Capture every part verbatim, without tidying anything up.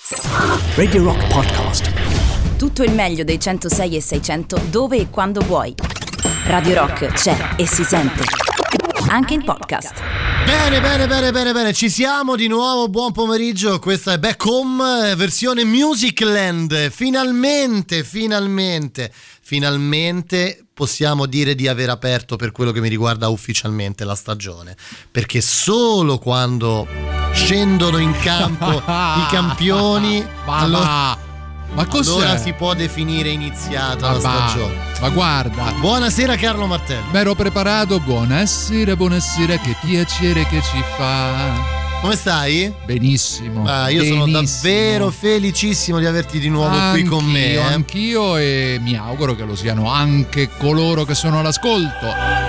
Radio Rock Podcast. Tutto il meglio dei centosei e seicento dove e quando vuoi. Radio Rock c'è e si sente anche in podcast. Bene, bene, bene, bene, bene, ci siamo di nuovo, buon pomeriggio, questa è Back Home, versione Musicland, finalmente, finalmente, finalmente possiamo dire di aver aperto per quello che mi riguarda ufficialmente la stagione, perché solo quando scendono in campo i campioni, ma, allora, ma cos'è? allora si può definire iniziata ma la va, stagione. Ma guarda, buonasera Carlo Martelli. m'ero preparato, buonasera, buonasera, che piacere che ci fa. Come stai? Benissimo. Ah, io benissimo. sono davvero felicissimo di averti di nuovo anch'io, qui con me. Eh. Anch'io, e mi auguro che lo siano anche coloro che sono all'ascolto.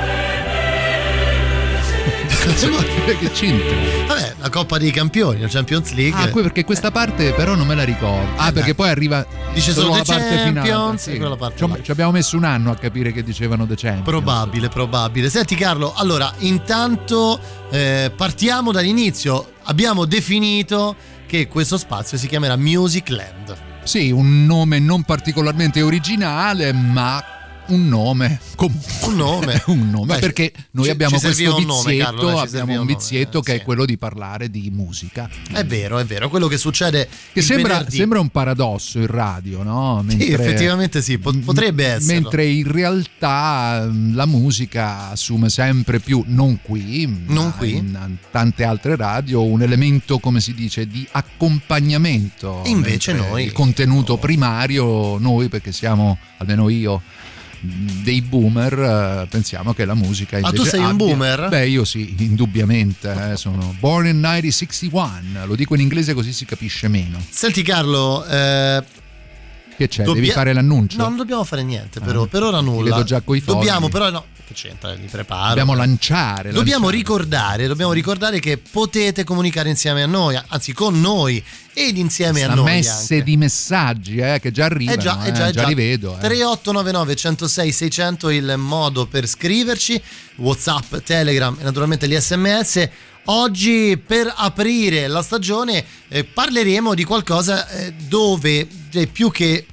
Che c'entra? Vabbè, la Coppa dei Campioni, la Champions League. Ah, perché questa parte però non me la ricordo. Ah, Eh, perché dai. poi arriva Dice solo la The parte finale. Champions, Sì. e quella parte Ci, là. ci abbiamo messo un anno a capire che dicevano The Champions. Probabile, probabile. Senti Carlo, allora, intanto eh, partiamo dall'inizio. Abbiamo definito che questo spazio si chiamerà Musicland. Sì, un nome non particolarmente originale, ma un nome comunque. Un nome. un nome. Beh, perché noi ci- abbiamo ci questo serviva un vizietto, nome, Carlo, eh, ci abbiamo serviva un un nome, vizietto eh, che sì. è quello di parlare di musica. È vero, è vero, quello che succede Che il sembra, venerdì. sembra un paradosso in radio, no? Sì, Mentre, effettivamente sì, po- potrebbe essere. Mentre in realtà mh, la musica assume sempre più, non qui, Non ma qui. in tante altre radio, un elemento, come si dice, di accompagnamento. E invece Mentre noi- il contenuto primario, noi, perché siamo, almeno io, dei boomer, eh, pensiamo che la musica Ah, invece tu sei un abbia- boomer? Beh, io sì, indubbiamente, eh, sono born in millenovecentosessantuno, lo dico in inglese così si capisce meno. Senti Carlo, eh, Che c'è? Dobbia- Devi fare l'annuncio? no, non dobbiamo fare niente, però, Ah, per ora ti nulla. vedo già coi fogli. Dobbiamo, però no, che c'entra, li preparo. Dobbiamo lanciare. Dobbiamo lanciare. ricordare, dobbiamo ricordare che potete comunicare insieme a noi, anzi con noi ed insieme Sta a noi messe anche. di messaggi eh, che già arrivano, Eh già, eh eh, già, eh già. li vedo. Eh. tre otto nove nove uno zero sei sei zero zero il modo per scriverci, WhatsApp, Telegram e naturalmente gli sms. Oggi per aprire la stagione eh, parleremo di qualcosa eh, dove eh, più che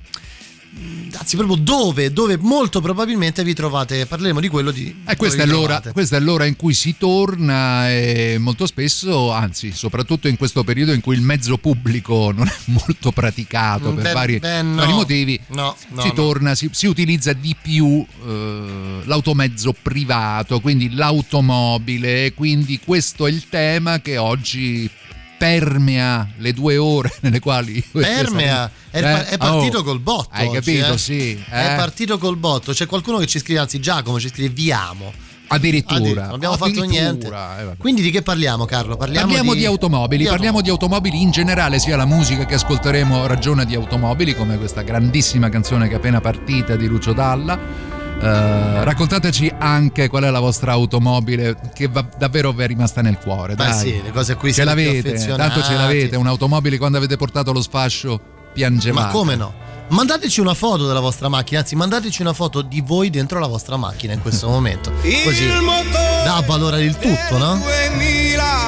anzi proprio dove dove molto probabilmente vi trovate, parleremo di quello di Eh, questa, è dove vi l'ora, trovate. questa è l'ora in cui si torna, e molto spesso, anzi soprattutto in questo periodo in cui il mezzo pubblico non è molto praticato Mm, per beh, vari, beh, no. vari motivi, No, no, si no. torna, si, si utilizza di più eh, l'automezzo privato, quindi l'automobile, e quindi questo è il tema che oggi permea le due ore nelle quali Permea, è, Eh, è partito oh, col botto hai oggi, capito, eh? sì, È eh. partito col botto. C'è qualcuno che ci scrive, anzi Giacomo ci scrive viamo. addirittura, Addirittura, non abbiamo fatto addirittura, niente. eh, vabbè. Quindi di che parliamo, Carlo? Parliamo, Parliamo di, automobili, di parliamo di automobili in generale, sia la musica che ascolteremo ragiona di automobili, come questa grandissima canzone che è appena partita di Lucio Dalla. Uh, raccontateci anche qual è la vostra automobile che va, davvero vi è rimasta nel cuore. Beh, dai. sì, le cose a cui ce siete più l'avete, affezionati. tanto ce l'avete, un'automobile, quando avete portato lo sfascio piangevate. Ma come no? Mandateci una foto della vostra macchina, anzi mandateci una foto di voi dentro la vostra macchina in questo momento. Così dà valore il tutto, no? duemila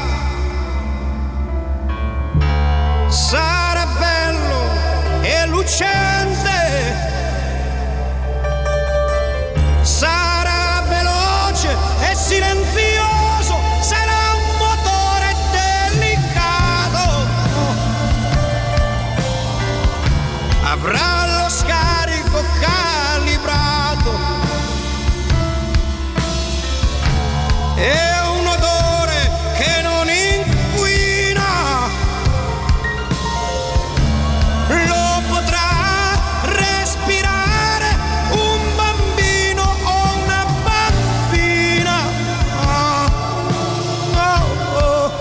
sarà bello e lucente, sarà veloce e silenzioso, sarà un motore delicato, avrà lo scarico calibrato e un odore che non inquina, lo potrà respirare un bambino o una bambina. Ah, oh, oh.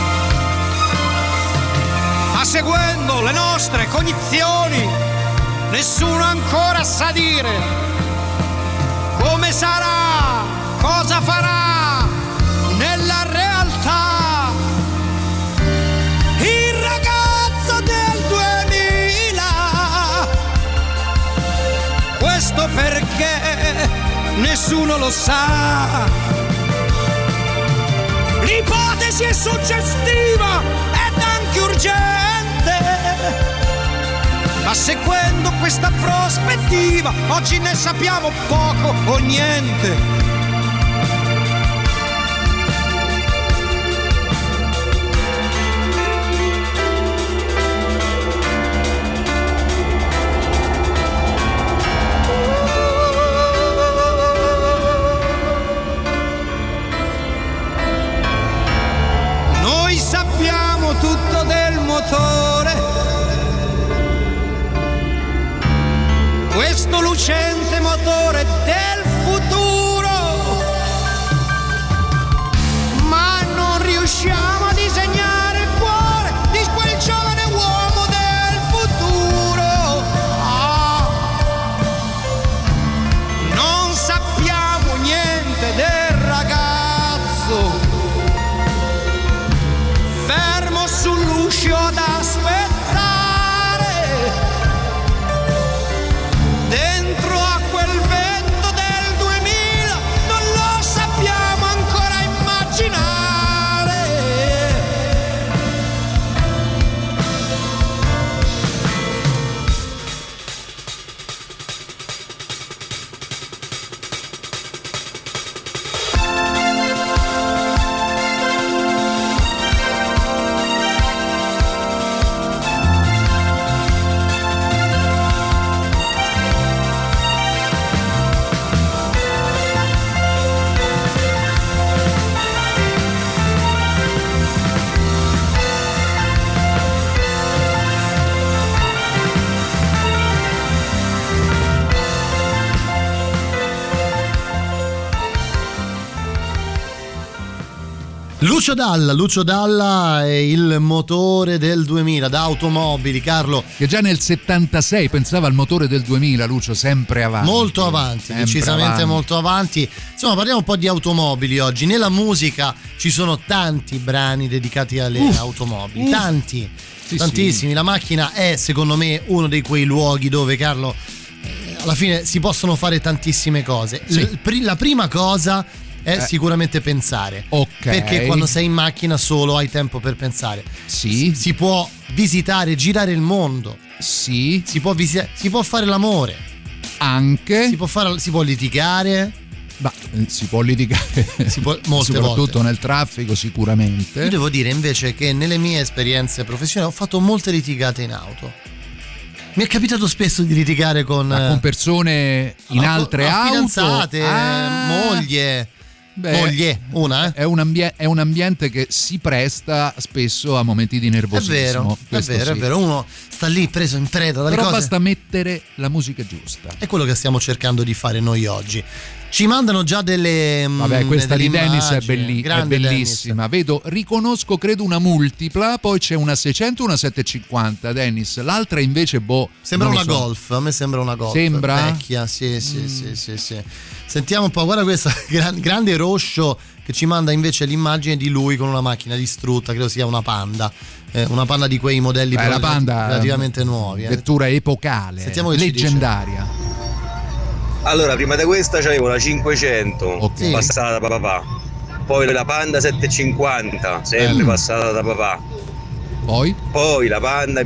Ma seguendo le nostre cognizioni nessuno ancora sa dire come sarà, cosa farà nella realtà. Il ragazzo del duemila, questo perché nessuno lo sa. L'ipotesi è suggestiva ed anche urgente, ma seguendo questa prospettiva oggi ne sappiamo poco o niente. Noi sappiamo tutto del motore, questo lucente motore del futuro, ma non riusciamo a disegnare il cuore di quel giovane uomo del futuro. Ah, non sappiamo niente del ragazzo fermo sull'uscio ad aspettare. Dentro a quel vento del duemila non lo sappiamo ancora immaginare. Lucio Dalla, Lucio Dalla è il motore del duemila da Automobili, Carlo. Che già nel settantasei pensava al motore del duemila, Lucio, sempre avanti. Molto avanti, sempre decisamente avanti. molto avanti. Insomma, parliamo un po' di automobili oggi. Nella musica ci sono tanti brani dedicati alle Uff, automobili, uff. tanti, Sì, tantissimi. sì. La macchina è, secondo me, uno di quei luoghi dove, Carlo, eh, alla fine si possono fare tantissime cose. Sì. L- pri- la prima cosa è Eh. sicuramente pensare. Ok. Perché quando sei in macchina solo hai tempo per pensare. Sì. Si può visitare, girare il mondo, Sì, si può, visi- si può fare l'amore, anche. si può, fare, si può litigare, Ma eh, si può litigare. si può, molte soprattutto volte. nel traffico, sicuramente. Io devo dire invece che nelle mie esperienze professionali ho fatto molte litigate in auto. Mi è capitato spesso di litigare con, Ma con persone in no, altre con- auto. fidanzate, Ah. moglie. Beh, Moglie, una, eh? È un, ambie- è un ambiente che si presta spesso a momenti di È nervosismo. vero, è questo vero, sì. è vero. Uno sta lì preso in preda dalle Però cose. basta mettere la musica giusta. È quello che stiamo cercando di fare noi oggi. Ci mandano già delle. Vabbè, questa delle di Dennis è, immagini. belli- è Grande bellissima. Vedo, riconosco, credo, una multipla, poi c'è una seicento e una settecentocinquanta, Dennis. L'altra invece, boh. Dennis. Sembra non una lo so. Golf, a me sembra una Golf. Sembra? Vecchia, sì, sì, sì, sì, sì. Sentiamo un po', guarda questa gran- grande Roscio che ci manda invece l'immagine di lui con una macchina distrutta, credo sia una Panda. Eh, una Panda di quei modelli Beh, la però Panda, relativamente nuovi. Eh. Vettura epocale, Sentiamo che ci dice. leggendaria. Allora, prima di questa c'avevo la cinquecento, Ok. passata da papà. Poi la Panda settecentocinquanta, sempre Mm. passata da papà. Poi? Poi la Panda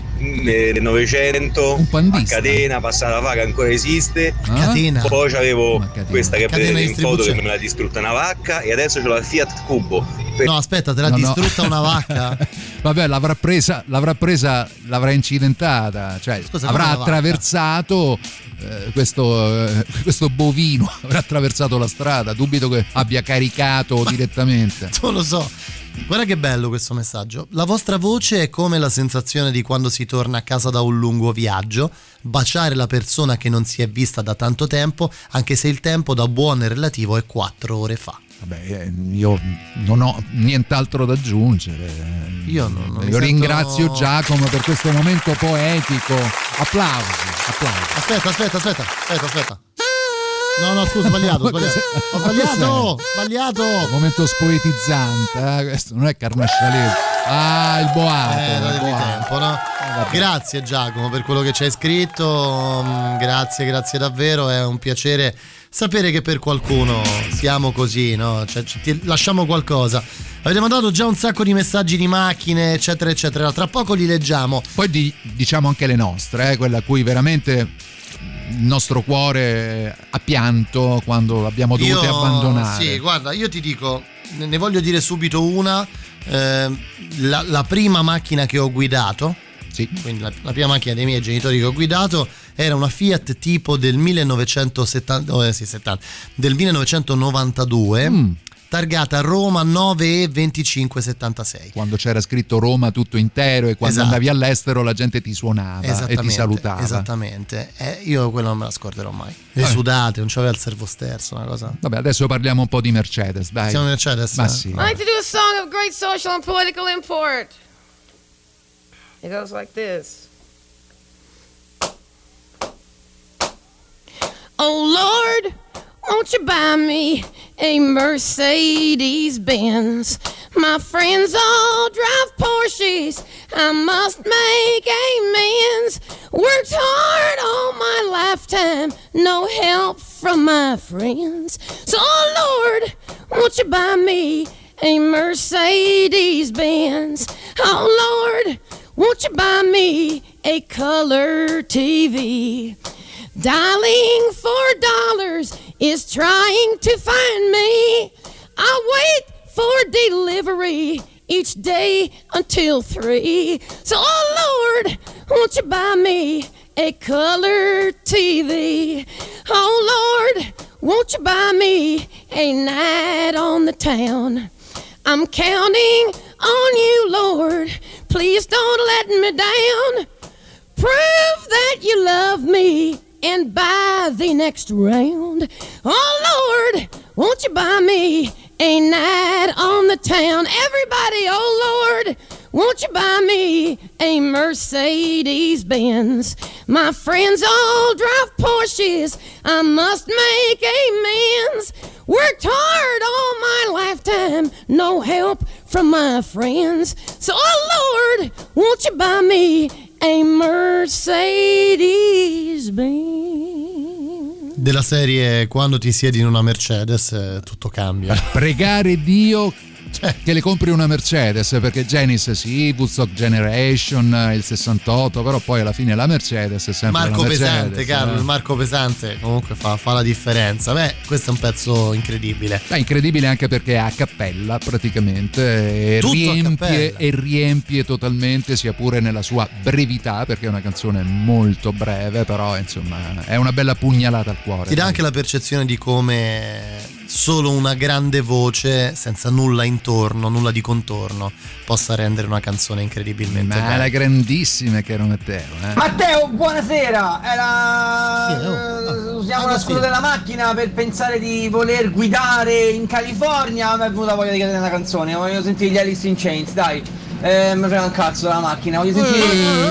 millenovecento Un a pandista. catena, passata da papà, che ancora esiste. Ah? Catena. Poi c'avevo Una catena. questa che Catena vedete in foto che distribuzione. me l'ha distrutta una vacca, e adesso c'ho la Fiat Cubo. Per- No, aspetta, te l'ha No, no. distrutta una vacca. Vabbè, l'avrà presa, l'avrà presa, l'avrà incidentata, cioè Scusa, avrà come una vacca? attraversato eh, questo, eh, questo bovino, avrà attraversato la strada, dubito che abbia caricato direttamente. Non lo so. Guarda che bello questo messaggio. La vostra voce è come la sensazione di quando si torna a casa da un lungo viaggio, baciare la persona che non si è vista da tanto tempo, anche se il tempo da buono e relativo è quattro ore fa. Vabbè, io non ho nient'altro da aggiungere. Io, non, non io mi ringrazio sento... Giacomo per questo momento poetico. Applausi, applausi. Aspetta, aspetta, aspetta, aspetta, aspetta. No, no, scusa, sbagliato, sbagliato. Ho sbagliato, sbagliato. Momento spoetizzante, eh? Questo non è carnascialese. Ah, il boato. Eh, il dategli boato. tempo, no? Eh, grazie Giacomo per quello che ci hai scritto. Grazie, grazie davvero. È un piacere sapere che per qualcuno siamo così, no? Cioè, ti lasciamo qualcosa. Avete mandato già un sacco di messaggi di macchine, eccetera, eccetera. Tra poco li leggiamo. Poi di, diciamo anche le nostre, eh? Quella a cui veramente il nostro cuore ha pianto quando abbiamo dovute io, abbandonare. Sì, guarda, io ti dico, ne voglio dire subito una. Eh, la, la prima macchina che ho guidato, sì. Quindi la, la prima macchina dei miei genitori che ho guidato era una Fiat tipo del millenovecentosettanta, oh, eh, sì, settanta, del millenovecentonovantadue. Mm. Targata Roma nove E venticinque settantasei. Quando c'era scritto Roma tutto intero e quando esatto. andavi all'estero la gente ti suonava e ti salutava. Esattamente. Eh, io quello non me la scorderò mai. Le sudate, non c'aveva il servosterzo, una cosa. Vabbè, adesso parliamo un po' di Mercedes, dai. Siamo Mercedes? Ma sì. I like to do a song of great social and political import. It goes like this. Oh Lord, won't you buy me a Mercedes Benz? My friends all drive Porsches, I must make amends. Worked hard all my lifetime, no help from my friends. So oh Lord, won't you buy me a Mercedes Benz? Oh Lord, won't you buy me a color T V? Dialing for dollars is trying to find me. I wait for delivery each day until three. So, oh Lord, won't you buy me a color T V? Oh Lord, won't you buy me a night on the town? I'm counting on you, Lord. Please don't let me down. Prove that you love me and buy the next round. Oh Lord, won't you buy me a night on the town? Everybody, oh Lord, won't you buy me a Mercedes Benz? My friends all drive Porsches, I must make amends. Worked hard all my lifetime, no help from my friends. So oh Lord, won't you buy me a Mercedes Benz? Della serie, quando ti siedi in una Mercedes tutto cambia. Pregare Dio che le compri una Mercedes, perché Genesis sì, Woodstock Generation, il sessantotto, però poi alla fine la Mercedes è sempre Marco la Mercedes, Pesante, Carlo, eh? il Marco Pesante comunque fa, fa la differenza. Beh, questo è un pezzo incredibile. È incredibile anche perché è a cappella praticamente, e Tutto riempie, e riempie totalmente, sia pure nella sua brevità, perché è una canzone molto breve, però insomma è una bella pugnalata al cuore. Ti dà anche la percezione di come solo una grande voce senza nulla intorno, nulla di contorno, possa rendere una canzone incredibilmente Ma bella. la grandissima che era Matteo, eh? Matteo, buonasera. Era Sì, oh, eh, no. usiamo Ah, la sì. scuola della macchina per pensare di voler guidare in California. Mi è venuta voglia di cantare una canzone. Voglio sentire gli Alice in Chains, dai. Eh, mi frega un cazzo della macchina. Voglio sentire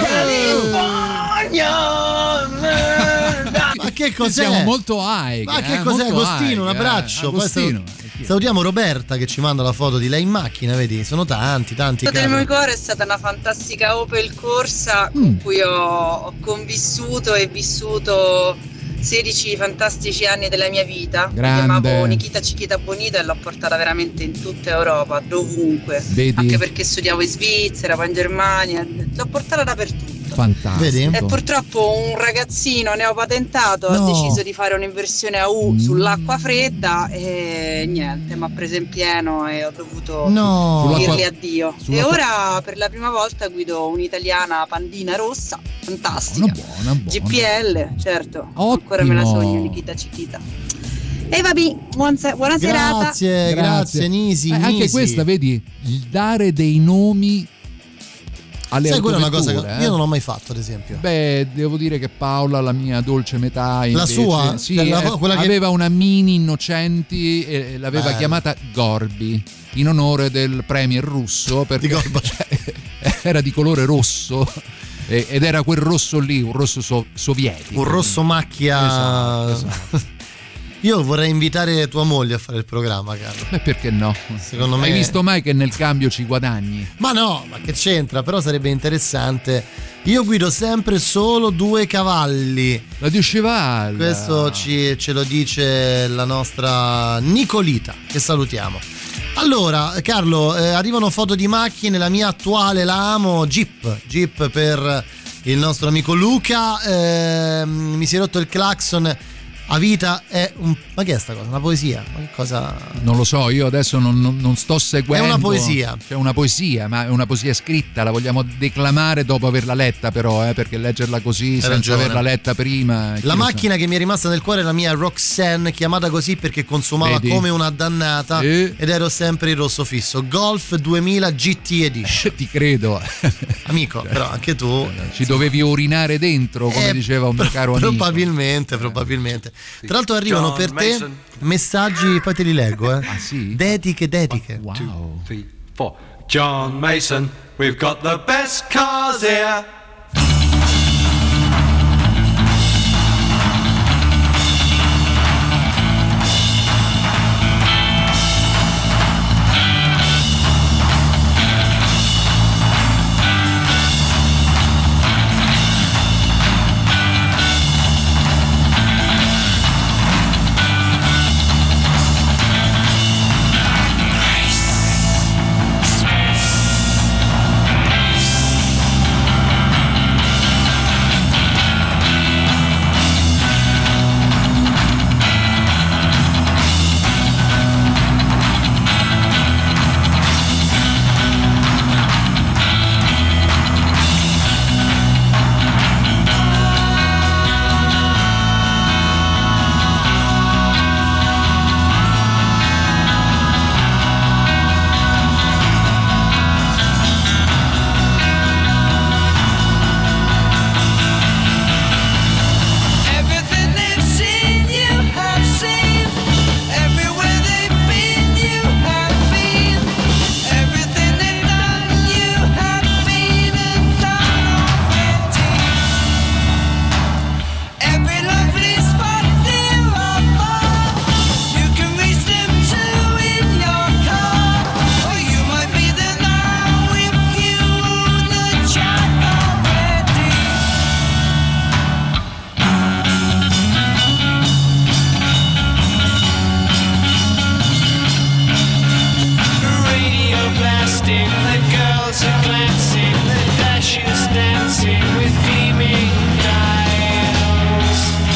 California. Ma che cos'è? Siamo molto high. Ma che eh, cos'è molto Agostino? Un high, abbraccio. eh. Poi Agostino. salut- salutiamo Roberta che ci manda la foto di lei in macchina, vedi? Sono tanti, tanti. del cari. mio cuore è stata una fantastica Opel Corsa Mm. con cui ho, ho convissuto e vissuto sedici fantastici anni della mia vita. Mi Grande. chiamavo Nikita Chiquita Bonita e l'ho portata veramente in tutta Europa, dovunque. Vedi? Anche perché studiavo in Svizzera, poi in Germania, l'ho portata dappertutto. Fantastico. Vedi? E purtroppo un ragazzino neopatentato No. ha deciso di fare un'inversione a U Mm. sull'acqua fredda e niente, mi ha preso in pieno e ho dovuto No. Sull'acqua- dirgli addio. E sull'acqua- ora per la prima volta guido un'italiana pandina rossa, fantastica. Buona, buona, buona. G P L, certo. Ottimo. Ancora me la sogno, Nikita Chiquita. E vabbè, buon se- buona serata. Grazie, grazie, Nisi. Eh, anche Nisi. questa, vedi, il dare dei nomi alle Sai, quella è una cosa autovetture, che eh? io non ho mai fatto, ad esempio. Beh, devo dire che Paola, la mia dolce metà, invece, La sua? sì, Cioè, la- eh, quella che- aveva una Mini Innocenti e l'aveva Bello. chiamata Gorbi in onore del premier russo, perché Di Gorba- cioè, era di colore rosso e- ed era quel rosso lì, un rosso so- sovietico. Un rosso macchia. Esatto, esatto. Io vorrei invitare tua moglie a fare il programma, Carlo. Beh, perché no? Secondo me- Hai visto mai che nel cambio ci guadagni? Ma no, ma che c'entra? Però sarebbe interessante. Io guido sempre solo due cavalli. La Dioscevalla. Questo ci, ce lo dice la nostra Nicolita, che salutiamo. Allora, Carlo, eh, arrivano foto di macchine, la mia attuale la amo, Jeep, Jeep per il nostro amico Luca, eh, mi si è rotto il clacson, a vita è un... Ma che è sta cosa? Una poesia? Ma che cosa... Non lo so, io adesso non, non- non sto seguendo. È una poesia. C'è una poesia, ma è una poesia scritta, la vogliamo declamare dopo averla letta però, eh, perché leggerla così senza ragione. averla letta prima... chi La lo sa. macchina che mi è rimasta nel cuore è la mia Roxanne, chiamata così perché consumava Vedi? come una dannata Eh? ed ero sempre il rosso fisso. Golf duemila G T Edition. Ti credo. Amico, però anche tu... Ci dovevi urinare dentro, come Eh, diceva un mio pro- caro amico. Probabilmente, probabilmente. Tra l'altro arrivano John per te Mason. messaggi, poi te li leggo, eh. Ah, sì? Dediche, dediche. Wow. Three, four. John Mason, we've got the best cars here. Everything they've seen, you have seen. Everywhere they've been, you have been. Everything they've done, you have been and done already. Every lovely spot near or far, you can reach them too in your car. Or you might be there now if you own the jack already. Radio blasting, the girls are glancing, the dashes dancing with beaming dials.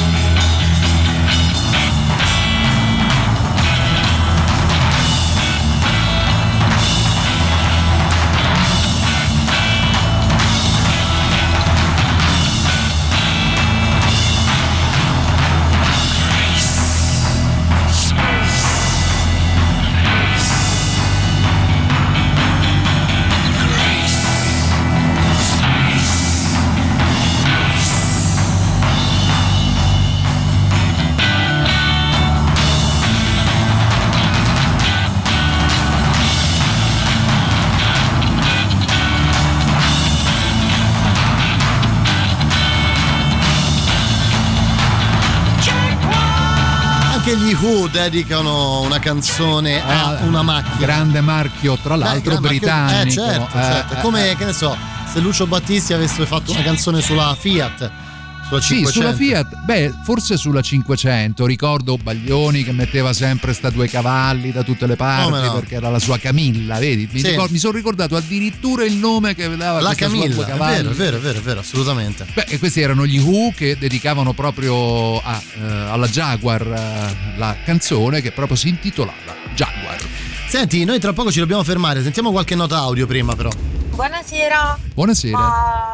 Anche gli Who dedicano una canzone a una macchina. Grande marchio, tra l'altro Beh, gran- ma che- britannico. Eh, certo, eh, certo. eh, Come, eh. che ne so, se Lucio Battisti avesse fatto una canzone sulla Fiat, sulla Sì, cinquecento. sulla Fiat, beh, forse sulla cinquecento. Ricordo Baglioni che metteva sempre sta due cavalli da tutte le parti, Come no? perché era la sua Camilla, vedi? Mi, Sì. ricor- mi sono ricordato addirittura il nome che dava La questa sua Camilla, due è cavalli. vero, è vero, è vero, è vero, assolutamente. Beh, e questi erano gli Who che dedicavano proprio a, eh, alla Jaguar eh, la canzone che proprio si intitolava Jaguar. Senti, noi tra poco ci dobbiamo fermare, sentiamo qualche nota audio prima però. Buonasera. Buonasera. Ma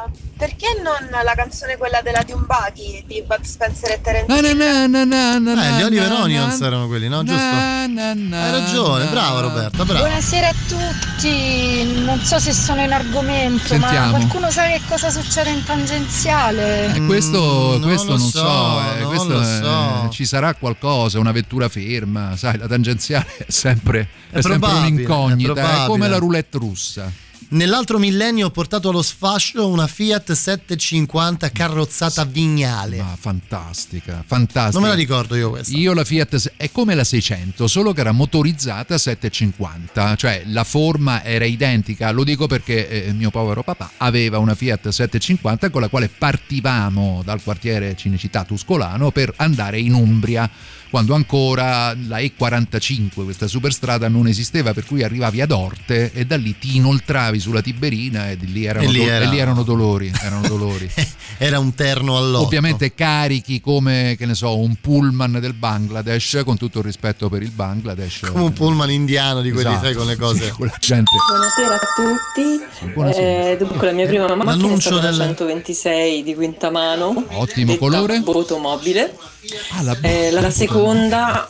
perché non la canzone quella della Diumbaghi di Bud Spencer e Terence Na, Hill? na, na, na, na, Eh, gli Oliver na, Onions na, erano quelli, no? na, Giusto? na, na, Hai ragione, na. brava Roberta, brava. Buonasera a tutti, non so se sono in argomento, Sentiamo. ma qualcuno sa che cosa succede in tangenziale? Eh, questo, Mm, questo non non lo so, so, eh, non questo, lo eh, so. ci sarà qualcosa, una vettura ferma, sai, la tangenziale è sempre, è È sempre probabile, un'incognita, è è, probabile. come la roulette russa. Nell'altro millennio ho portato allo sfascio una Fiat settecentocinquanta carrozzata Vignale. Ma fantastica, fantastica. Non me la ricordo io questa. Io la Fiat è come la seicento, solo che era motorizzata settecentocinquanta, cioè la forma era identica. Lo dico perché eh, mio povero papà aveva una Fiat settecentocinquanta con la quale partivamo dal quartiere Cinecittà Tuscolano per andare in Umbria, quando ancora la E quarantacinque, questa superstrada, non esisteva, per cui arrivavi ad Orte e da lì ti inoltravi sulla Tiberina e di lì erano, E lì do- era- e lì erano dolori, erano dolori. Era un terno all'otto. Ovviamente carichi come, che ne so, un pullman del Bangladesh, con tutto il rispetto per il Bangladesh. Come un pullman indiano di quelli, Esatto, sai, con le cose. sì, quella gente. Buonasera a tutti. Buonasera. Eh, dunque, la mia prima macchina è L'annuncio stata del- la centoventisei di Quintamano. Ottimo detta colore. Automobile. Ah, la, Eh, la, la seconda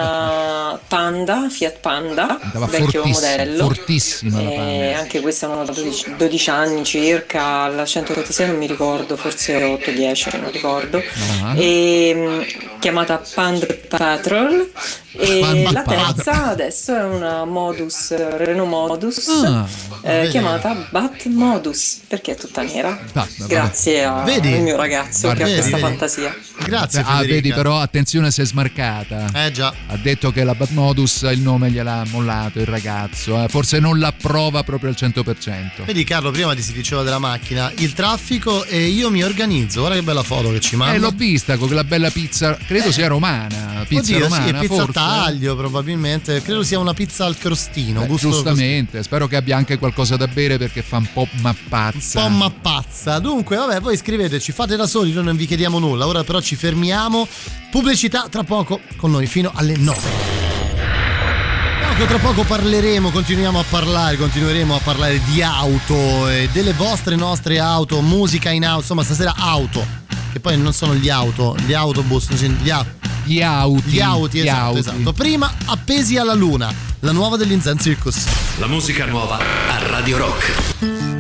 una Panda, Fiat Panda, andava vecchio fortiss- modello. fortissima la Eh, Panda. anche questa avevano dodici, dodici anni circa, la centoventisei non mi ricordo, forse otto dieci, non ricordo. Ah. E, mh, chiamata Panda Patrol. E Panda la Patrol. terza adesso è una Modus, Renault Modus, Ah, eh, vedi. chiamata Bat Modus, perché è tutta nera. Ah, vabbè. Grazie a- Vedi? al mio ragazzo Guarda, che ha questa vedi, vedi. fantasia. Grazie Ah, Federica. vedi, però attenzione, si è smarcata. Eh già. Ha detto che la Batmodus il nome gliel'ha mollato il ragazzo, eh. Forse non l'approva proprio al cento per cento. Vedi Carlo, prima ti si diceva della macchina, il traffico e io mi organizzo. Guarda che bella foto che ci manda. Eh, l'ho vista con quella bella pizza, credo sia romana, pizza Oddio, romana, sì, è pizza forse. a taglio probabilmente. Credo sia una pizza al crostino. Eh, gusto giustamente, spero che abbia anche qualcosa da bere perché fa un po' Un mappazza. po' mappazza. Dunque, vabbè, voi scriveteci, fate da soli, noi non vi chiediamo nulla. Ora però ci fermiamo. Pubblicità tra poco con noi fino alle nove. Poco, tra poco parleremo, continuiamo a parlare, continueremo a parlare di auto e delle vostre nostre auto, musica in auto, insomma stasera auto, che poi non sono gli auto, gli autobus, gli, au- Gli auti, gli auti, gli esatto, auti. esatto. Prima Appesi alla Luna, la nuova degli Zen Circus. La musica nuova a Radio Rock.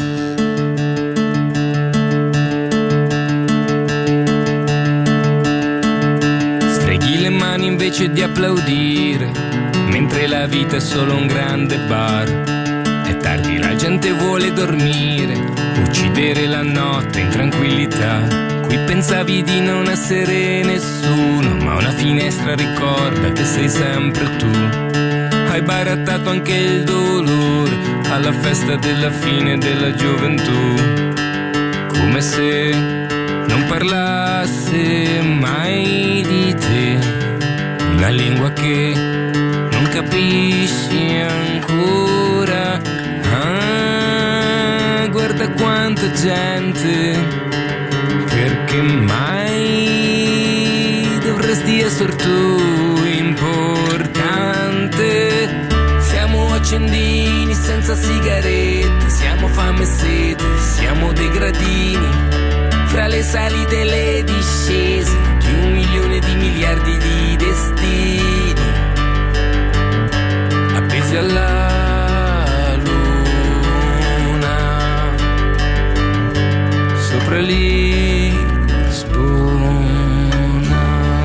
Streghi le mani invece di applaudire, mentre la vita è solo un grande bar. È tardi, la gente vuole dormire, uccidere la notte in tranquillità. Qui pensavi di non essere nessuno, ma una finestra ricorda che sei sempre tu. Hai barattato anche il dolore alla festa della fine della gioventù, come se non parlasse mai di te, una lingua che non capisci ancora. Ah, guarda quanta gente, perché mai dovresti essere tu importante? Siamo accendini senza sigarette, siamo fame e sete, siamo dei gradini fra le salite e le discese di un milione di miliardi di destini, appesi alla luna, sopra Lisbona.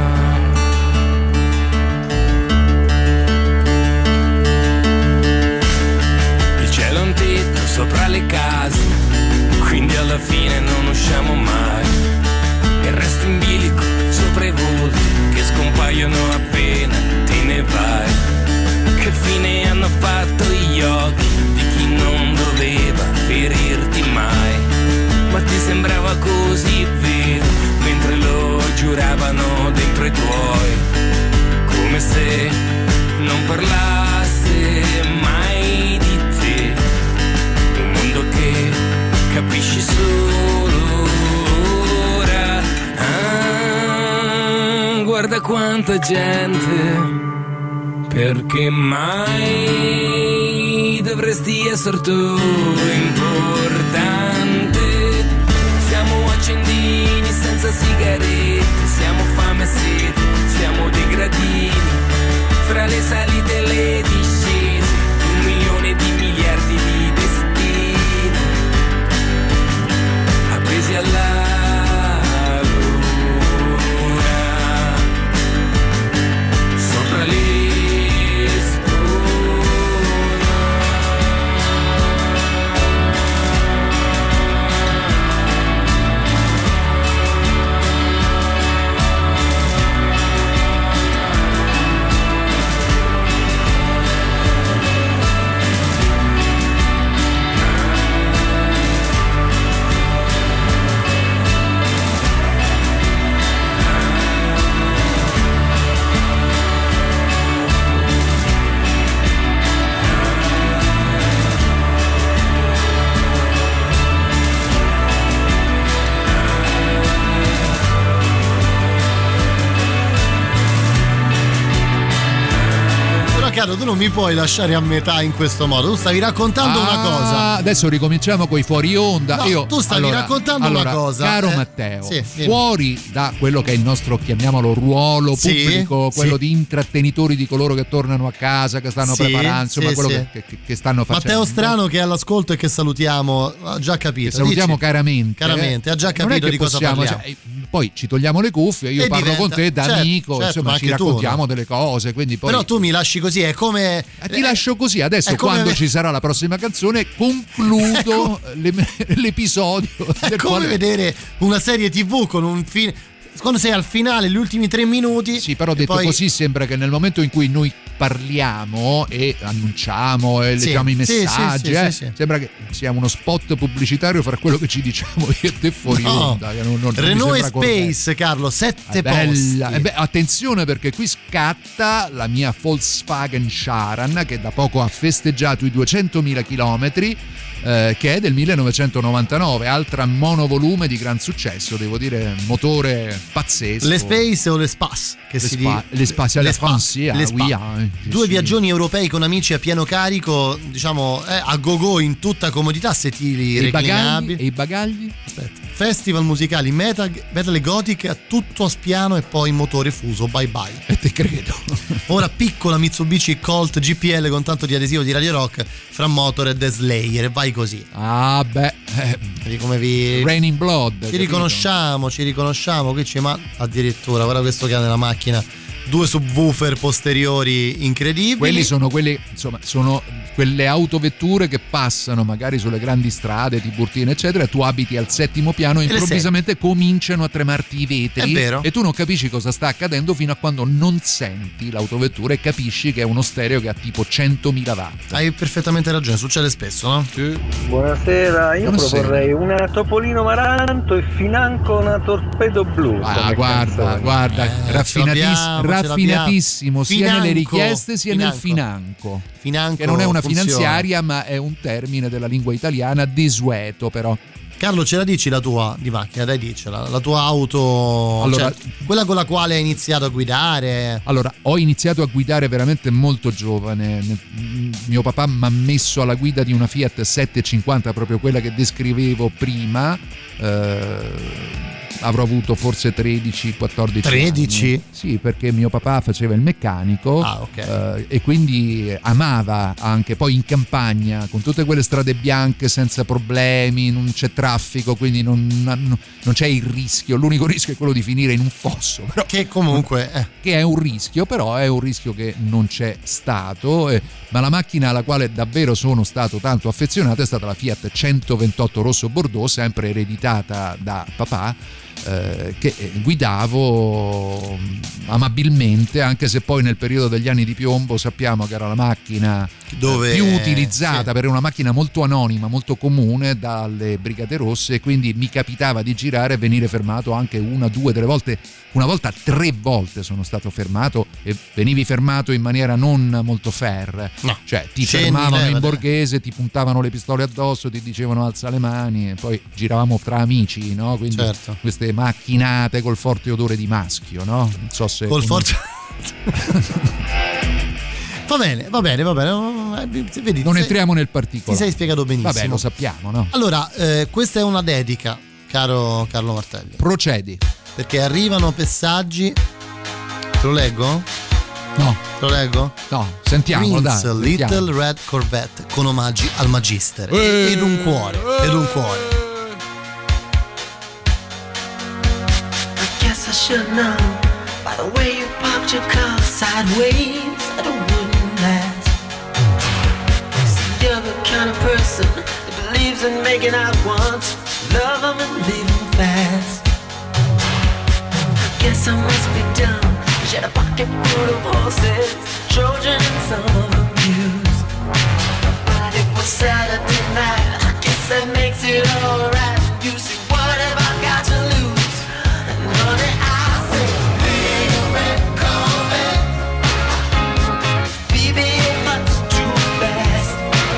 Il cielo è un tetto sopra le case, quindi alla fine non usciamo mai. Il resto in bilico sopra i volti che scompaiono appena te ne vai. Che fine hanno fatto gli occhi di chi non doveva ferirti mai? Ma ti sembrava così vero, mentre lo giuravano dentro i tuoi, come se non parlasse mai di te. Un mondo che capisci solo ora. Ah, guarda quanta gente, perché mai dovresti essere tu importante? senza sigarette, siamo fame e sete, siamo dei gradini, fra le salite e le discese, un milione di miliardi di destini, appesi alla luna, sopra le Riccardo, tu non mi puoi lasciare a metà in questo modo. Tu stavi raccontando ah, una cosa. Adesso ricominciamo coi fuori onda. No, Io, tu stavi allora, raccontando allora, una cosa. Caro eh, Matteo, sì, fuori da quello che è il nostro, chiamiamolo, ruolo sì, pubblico, quello sì. di intrattenitori di coloro che tornano a casa, che stanno sì, preparando, insomma, sì, quello sì. Che, che, che stanno facendo. Matteo Strano, che è all'ascolto e che salutiamo, ha già capito. Che salutiamo Dici? caramente. Caramente, ha già Non è capito che di cosa possiamo, parliamo. cioè, poi ci togliamo le cuffie, io E parlo diventa- con te da certo, amico, certo, ma insomma, ci anche tu, raccontiamo no? delle cose, quindi poi Però tu mi lasci così, è come... Eh, ti lascio così, adesso è come- quando ci sarà la prossima canzone concludo l'e- l'episodio. È del come quale- vedere una serie tivù con un fine. Quando sei al finale, gli ultimi tre minuti. Sì, però detto poi... così sembra che nel momento in cui noi parliamo e annunciamo e Sì, leggiamo i sì, messaggi, sì, sì, eh, sì, sì. sembra che sia uno spot pubblicitario fra quello che ci diciamo io e te fuori No. onda. Che non, non, non mi Renault sembra corretto. Space, Carlo, sette È bella. posti. Eh beh, attenzione, perché qui scatta la mia Volkswagen Charan, che da poco ha festeggiato i duecentomila chilometri, eh, che è del millenovecentonovantanove, altra monovolume di gran successo, devo dire, motore pazzesco. Le Space o le Spas che Le si spa- dice. le Spas, la France, le ah, Spa. oui, ah, sì, Due sì. viaggioni europei con amici a pieno carico, diciamo eh, a go-go in tutta comodità, sedili E i bagagli? reclinabili. E i bagagli? Aspetta. Festival musicali metal, metal e gothic a tutto a spiano e poi motore fuso, bye bye. E te credo. Ora piccola Mitsubishi Colt G P L con tanto di adesivo di Radio Rock fra Motorhead e Slayer, e vai così. Ah beh, eh, Vedi come vi... Raining Blood. Ci capito? riconosciamo, ci riconosciamo, qui c'è, ma addirittura, guarda questo che ha nella macchina, due subwoofer posteriori incredibili. Quelli sono quelli, insomma, sono quelle autovetture che passano magari sulle grandi strade, Tiburtina eccetera, tu abiti al settimo piano e le improvvisamente cominciano a tremarti i vetri. È vero. E tu non capisci cosa sta accadendo fino a quando non senti l'autovettura e capisci che è uno stereo che ha tipo centomila watt. Hai perfettamente ragione, succede spesso, no? Sì. Buonasera, io Buonasera. proporrei una Topolino Maranto e financo una Torpedo Blu. Ah, come guarda, canzone. guarda, Eh, raffinatis- ce l'abbiamo, ce raffinatissimo sia Financo, nelle richieste sia financo. nel financo. Financo Che non è una funziona. finanziaria, ma è un termine della lingua italiana desueto, però. Carlo, ce la dici la tua di macchina? Dai, dicela. La tua auto, Allora- cioè, quella con la quale hai iniziato a guidare. Allora, ho iniziato a guidare veramente molto giovane. Ne- Mio papà mi ha messo alla guida di una Fiat settecentocinquanta, proprio quella che descrivevo prima. Eh, avrò avuto forse tredici quattordici tredici? anni. Sì, perché mio papà faceva il meccanico. Ah, ok. eh, e quindi amava anche poi in campagna, con tutte quelle strade bianche senza problemi, non c'è traffico, quindi non, non- non c'è il rischio. L'unico rischio è quello di finire in un fosso, però Che comunque eh, che è un rischio, però è un rischio che non c'è stato, eh, ma la macchina alla quale davvero sono stato tanto affezionato è stata la Fiat centoventotto rosso Bordeaux, sempre ereditata da papà, eh, che guidavo amabilmente, anche se poi nel periodo degli anni di piombo sappiamo che era la macchina Dove- più utilizzata, sì. perché era una macchina molto anonima, molto comune dalle Brigate Rosse, e quindi mi capitava di girare e venire fermato anche una, due, delle volte, una volta tre volte sono stato fermato, e venivi fermato in maniera non molto fair, No. cioè ti Scendi, fermavano in levate. borghese, ti puntavano le pistole addosso, ti dicevano alza le mani, e poi giravamo tra amici, no? Quindi Certo. queste macchinate col forte odore di maschio, no? Non so se col forza. Va bene, va bene, va bene. Eh, Vedi, non ti sei- entriamo nel Ti particolare. sei spiegato benissimo. Vabbè, lo sappiamo, no? Allora, eh, questa è una dedica, caro Carlo Martelli. Procedi. perché arrivano messaggi. Te lo leggo? No. Te lo leggo? No, sentiamolo, Prince, dai. Little sentiamo. Red Corvette con omaggi al Magister. Eh, ed un cuore, ed un cuore. I guess I should know by the way you parked your car sideways that it wouldn't last. See, you're the kind of person that believes in making out once, love them and leave them fast. I guess I must be dumb. She had a pocket full of horses, Trojan and some of them used. But it was Saturday night, I guess that makes it alright. You see, what have I got to lose? And honey, I say, little red Corvette, baby, you're much too fast.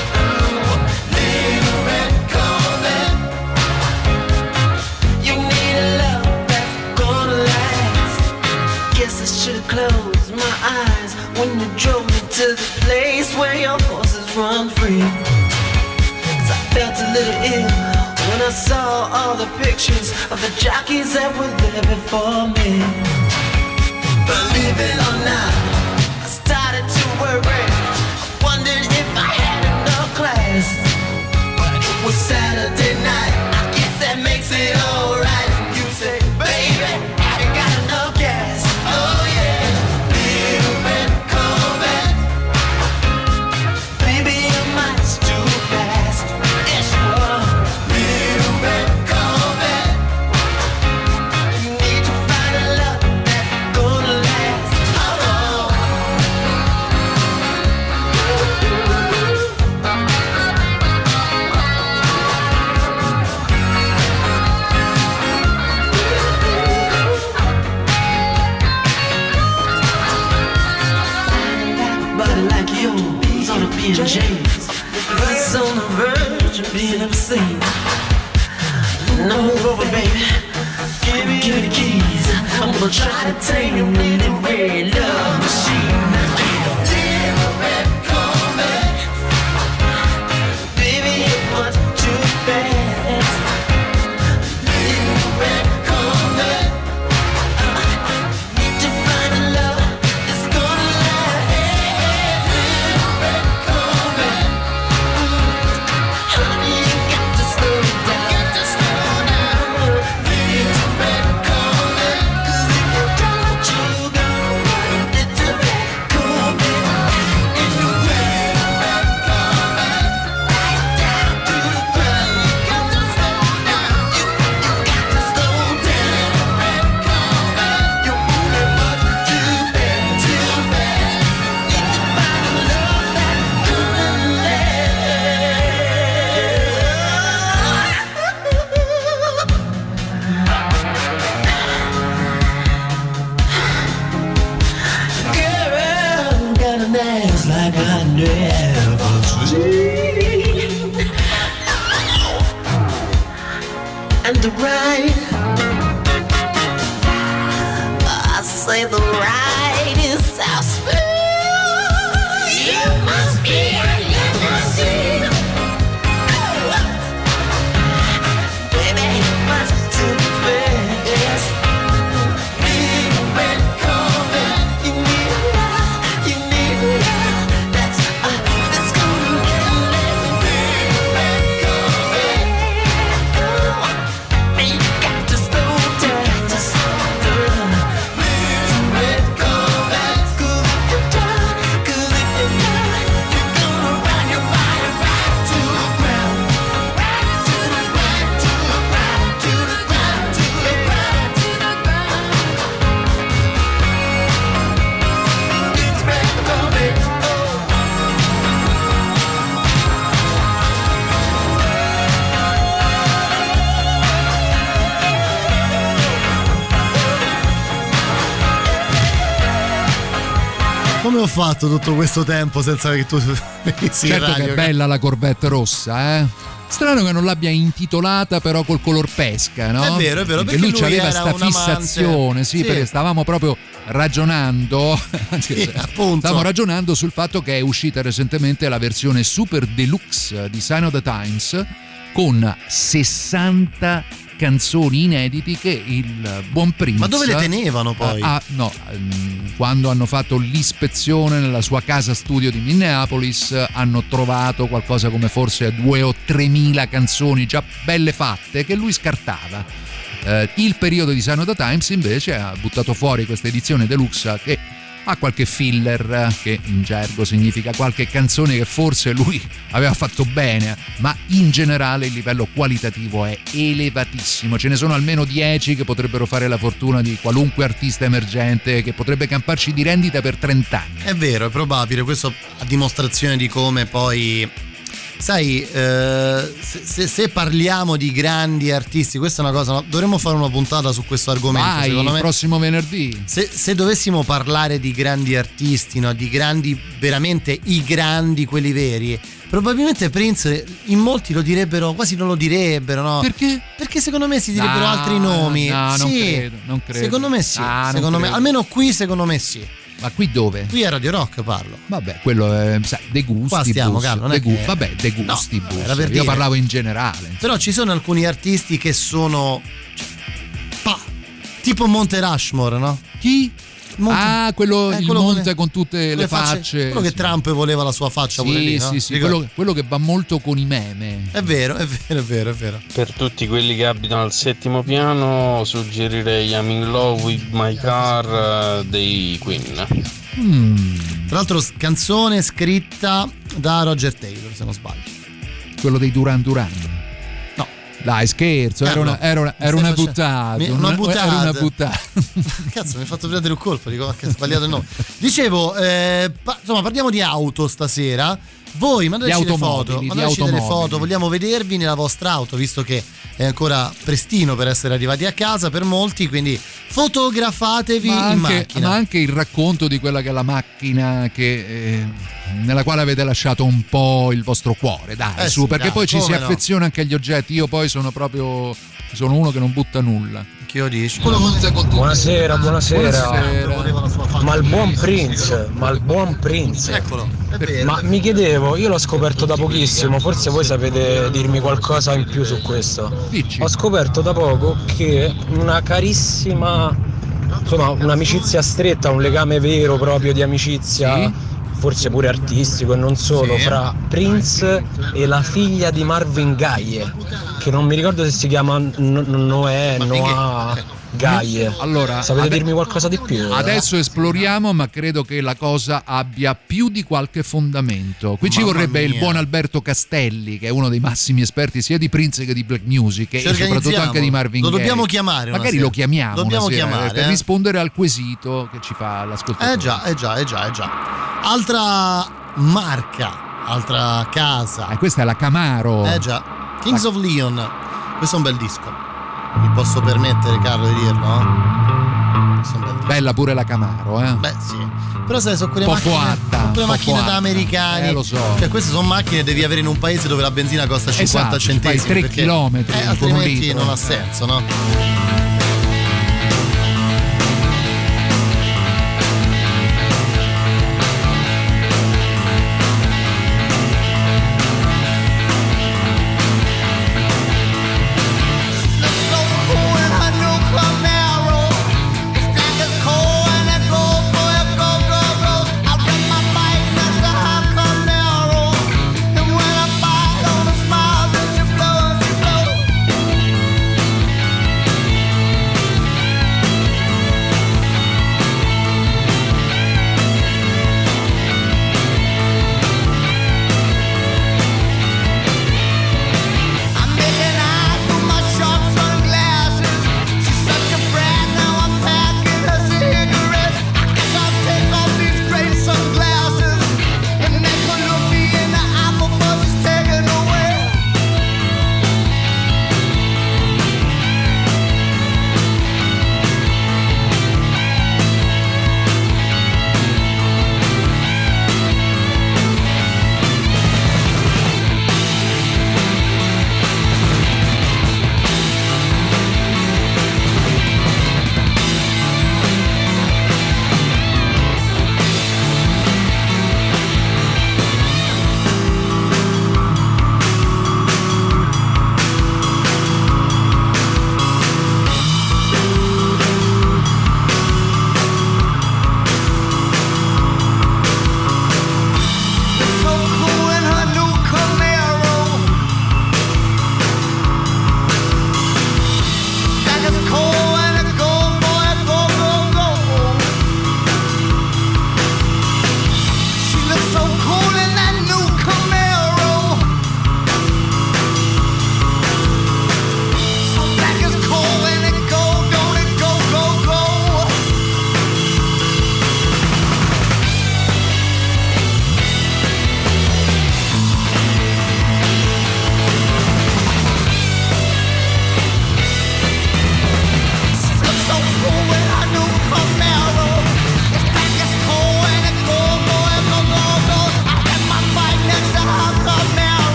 Little red Corvette, you need a love that's gonna last. Guess I should've closed my eyes when you drove me to the place where your horses run free. 'Cause I felt a little ill when I saw all the pictures of the jockeys that were there before me. Believe it or not, I started to worry. I wondered if I had enough class. But it was Saturday night, I guess that makes it alright. You say, baby, have you got enough gas? Oh yeah, little red Corvette, baby, you're much too fast. Yes, you are. Little red Corvette, you need to find a love that's gonna last. Oh, body like yours ought to be in chains. It's on the verge of being obscene. No, move over, baby. Give me, give me the keys. I'm gonna try to tame you in the red love machine. Little red Corvette, baby, you're much too fast. Little red Corvette, need to find a love that's gonna last. Little red Corvette, honey, you got to slow down. Got to slow down. Little red Corvette, 'cause if you don't, you're gonna run. Little red Corvette, in the little red Corvette, right down to the ground. You got to slow down. You, you got to slow down. Red Corvette, you're moving much too fast, too fast. Need to find a love that's gonna Girl, got an ass like I never seen. And the ride, I say the ride is so smooth. You must be a limousine. Baby, much too fast. Little red Corvette, you need a love, you need a love that's uh, that's gonna get little red Corvette. Oh, you got to slow down, just slow down. Little red Corvette, 'cause if you don't, 'cause if you don't, you're gonna run your body right to the ground, right to the ground, to the ground, to the ground, to the ground, to the ground. Little red Corvette, oh. Come ho fatto tutto questo tempo senza che tu venissi in Certo radio? che è bella la Corvette rossa, eh? Strano che non l'abbia intitolata però col color pesca, no? È vero, è vero, perché lui lui aveva era sta un amante. fissazione, sì, Sì. perché stavamo proprio ragionando, Sì, appunto. stavamo ragionando sul fatto che è uscita recentemente la versione super deluxe di Sign of the Times con sessanta canzoni inediti che il buon Prince... Ma dove le tenevano poi? Ah, no, quando hanno fatto l'ispezione nella sua casa studio di Minneapolis hanno trovato qualcosa come forse due o tremila canzoni già belle fatte che lui scartava. Eh, il periodo di Sign of the Times invece ha buttato fuori questa edizione deluxe che ha qualche filler, che in gergo significa qualche canzone che forse lui aveva fatto bene, ma in generale il livello qualitativo è elevatissimo. Ce ne sono almeno dieci che potrebbero fare la fortuna di qualunque artista emergente, che potrebbe camparci di rendita per trent'anni. È vero, è probabile, questo a dimostrazione di come poi... Sai, eh, se, se, se parliamo di grandi artisti, questa è una cosa, no? Dovremmo fare una puntata su questo argomento. Vai, secondo me, prossimo venerdì. Se, se dovessimo parlare di grandi artisti, no? Di grandi, veramente i grandi, quelli veri, probabilmente Prince in molti lo direbbero, quasi non lo direbbero, no? Perché? Perché secondo me si direbbero no, altri nomi. No, sì, non credo, non credo. Secondo me sì, ah, secondo me, almeno qui secondo me sì. Ma qui dove? Qui a Radio Rock parlo. Vabbè, quello è, sai, De Gustibus. Qua stiamo, Carlo, non è De Gu- che... Vabbè, De Gustibus. No, era per Io dire. parlavo in generale. Però ci sono alcuni artisti che sono pa, tipo Monte Rushmore, no? Chi? Monte... Ah, quello, eh, il quello monte con, con tutte le facce, facce. Quello sì. che Trump voleva la sua faccia sì, pure lì, no? Sì, sì, quello, quello che va molto con i meme. È vero, è vero, è vero, è vero. Per tutti quelli che abitano al settimo piano suggerirei I'm in love with my car dei Queen. Mm. Tra l'altro canzone scritta da Roger Taylor, se non sbaglio. Quello dei Duran Duran. No. Dai, scherzo, era una, era una, era una buttata. Mi, una, una buttata. Era una buttata. Cazzo, mi hai fatto prendere un colpo, dico che ho sbagliato il nome. Dicevo, eh, pa- insomma, parliamo di auto stasera. Voi mandateci le foto, mandateci delle foto, vogliamo vedervi nella vostra auto, visto che è ancora prestino per essere arrivati a casa per molti, quindi fotografatevi ma in anche, macchina. Ma anche il racconto di quella che è la macchina che, eh, nella quale avete lasciato un po' il vostro cuore, dai, eh su, sì, perché dai, poi ci si no? affeziona anche agli oggetti. Io poi sono proprio, sono uno che non butta nulla. Che io dici? Buonasera, buonasera, buonasera. Ma il buon Prince, ma il buon Prince. Eccolo. Ma mi chiedevo, io l'ho scoperto da pochissimo, forse voi sapete dirmi qualcosa in più su questo. Dici. Ho scoperto da poco che una carissima, insomma, un'amicizia stretta, un legame vero proprio di amicizia, sì, forse pure artistico e non solo, sì, fra Prince e la figlia di Marvin Gaye, che non mi ricordo se si chiama no- Noè, Noah Gaye. Allora, sapete ade- dirmi qualcosa di più? Adesso eh? esploriamo, ma credo che la cosa abbia più di qualche fondamento. Qui ci Mamma vorrebbe mia. il buon Alberto Castelli, che è uno dei massimi esperti sia di Prince che di black music e soprattutto anche di Marvin Gaye. Lo dobbiamo chiamare. Magari lo chiamiamo Dobbiamo una sera, chiamare per eh? rispondere al quesito che ci fa l'ascoltatore. Eh già, eh già, eh già, eh già. Altra marca, altra casa. Eh, questa è la Camaro. Eh già, Kings of Leon. Questo è un bel disco. Mi posso permettere, Carlo, di dirlo? Questo è un bel disco. Bella pure la Camaro, eh? Beh, sì. Però sai, sono quelle po' macchine, foatta, quelle po' macchine foatta. da americani. Eh, lo so. Cioè, queste sono macchine che devi avere in un paese dove la benzina costa cinquanta esatto, centesimi. fai tre perché, chilometri eh, con un altrimenti litro. non ha senso, no?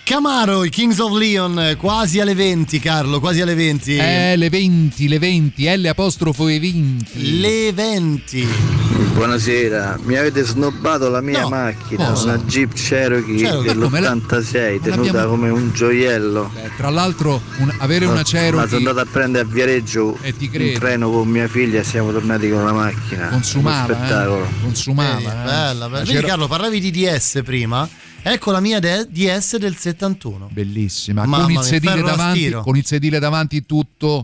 Camaro, i Kings of Leon, quasi alle venti, Carlo, quasi alle venti. Eh, le venti, le venti, L apostrofo e venti. Le venti. Buonasera, mi avete snobbato la mia No, macchina, cosa? una Jeep Cherokee, Cherokee, dell'ottantasei, come la- tenuta l'abbiamo- come un gioiello. Beh, tra l'altro un- avere una Ma sono Cherokee andato a prendere a Viareggio E ti un credo. treno con mia figlia e siamo tornati con la macchina. consumava, Uno spettacolo. eh? consumava. Eh, eh. bella, bella. La Vedi, Cher- Carlo, parlavi di D S prima. Ecco la mia de- D S del settantuno. Bellissima, Mamma con il mia, sedile ferro a davanti, stiro. con il sedile davanti tutto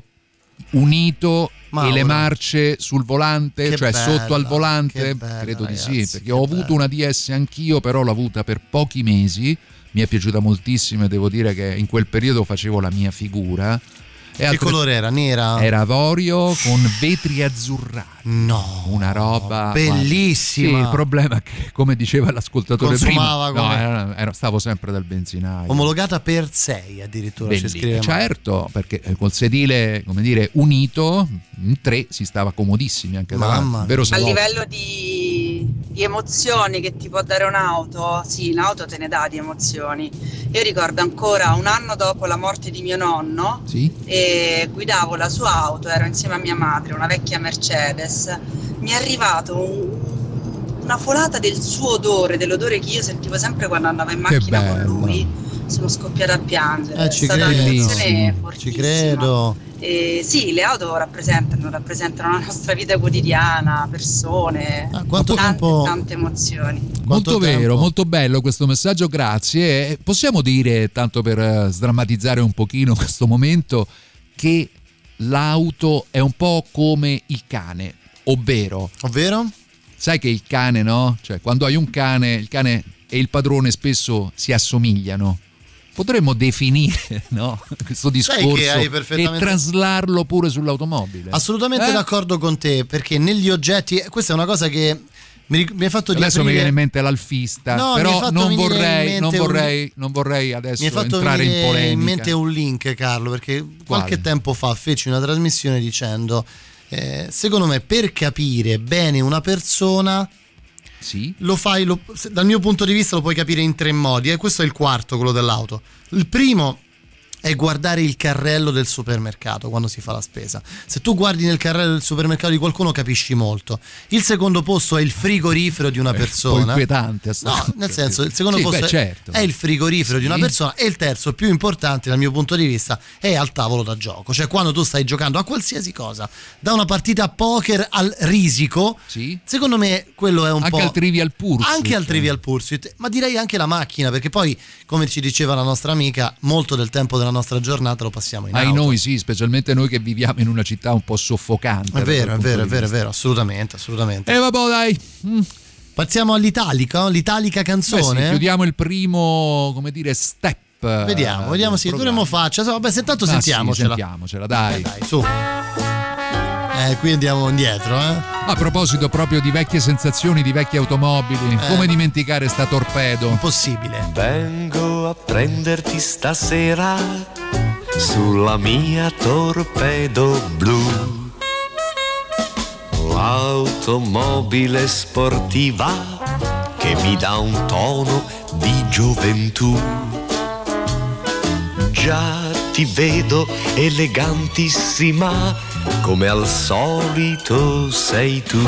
unito Mauro. e le marce sul volante, Che cioè bella, sotto al volante, che bella, credo di sì, ragazzi, perché che ho bella. avuto una D S anch'io, però l'ho avuta per pochi mesi, mi è piaciuta moltissimo e devo dire che in quel periodo facevo la mia figura. E Che altre- colore era? Nera? Era avorio con vetri azzurrati. No, una roba bellissima. Sì, il problema è che, come diceva l'ascoltatore Consumava prima, no, come- era- era- stavo sempre dal benzinaio. Omologata per sei addirittura, ci Bellissimo. scrive. Certo, perché eh, col sedile, come dire, unito in tre si stava comodissimi anche Mamma davanti, mia. vero A Salò? livello di, di emozioni che ti può dare un'auto, sì, l'auto te ne dà di emozioni. Io ricordo ancora un anno dopo la morte di mio nonno, Sì? e guidavo la sua auto, ero insieme a mia madre, una vecchia Mercedes. Mi è arrivato un- una folata del suo odore, dell'odore che io sentivo sempre quando andavo in Che macchina con bello. lui. Sono scoppiata a piangere. Eh, È ci stata credo. un'emozione Bellissimo. Ci fortissima. credo. E sì, le auto rappresentano, rappresentano la nostra vita quotidiana, persone, Ah, quanto tante, tempo- tante emozioni. Molto Quanto vero, tempo? molto bello questo messaggio, grazie. E possiamo dire, tanto per eh, sdrammatizzare un pochino questo momento, che l'auto è un po' come il cane, ovvero, Ovvero? sai che il cane, no? Cioè, quando hai un cane, il cane e il padrone spesso si assomigliano. Potremmo definire, no? Questo Sai discorso che hai e perfettamente- traslarlo pure sull'automobile. Assolutamente Eh? d'accordo con te, perché negli oggetti, questa è una cosa che mi, ric- mi hai fatto Adesso mi riaprire- viene in mente l'alfista, No, mi hai però fatto non venire in vorrei, mente non, un- vorrei, non vorrei adesso Mi hai fatto entrare in venire polemica. in mente un link, Carlo, perché qualche tempo fa feci una trasmissione dicendo eh, secondo me per capire bene una persona Sì? lo fai, lo- se- dal mio punto di vista lo puoi capire in tre modi, e questo è il quarto, quello dell'auto. Il primo è guardare il carrello del supermercato quando si fa la spesa. Se tu guardi nel carrello del supermercato di qualcuno capisci molto. Il secondo posto è il frigorifero di una È un po' persona. inquietante a sta No, cosa. nel senso, il secondo Sì, posto beh, è, certo. è il frigorifero Sì. di una persona, e il terzo, più importante dal mio punto di vista, è al tavolo da gioco. Cioè quando tu stai giocando a qualsiasi cosa, da una partita a poker al risico, Sì? secondo me quello è un Anche po'... al Trivial Pursuit. Anche al Trivial Pursuit, ma direi anche la macchina, perché poi, come ci diceva la nostra amica, molto del tempo della nostra giornata lo passiamo in Ai auto. noi sì, specialmente noi che viviamo in una città un po' soffocante. È da vero, quel è punto vero, è di vero, è vista. vero, assolutamente, assolutamente. E vabbè, dai. Mm. Passiamo all'italica, l'italica Beh, canzone. sì, chiudiamo il primo, come dire, step. Vediamo, eh, vediamo, del sì, programma. dovremmo faccia. Vabbè, se intanto Ah, sì, sentiamocela. sentiamocela, dai. Eh, dai, su. Eh, qui andiamo indietro, eh. A proposito proprio di vecchie sensazioni, di vecchie automobili, Eh. come dimenticare sta torpedo? Impossibile. Vengo a prenderti stasera sulla mia torpedo blu. L'automobile sportiva che mi dà un tono di gioventù. Già ti vedo elegantissima, come al solito sei tu.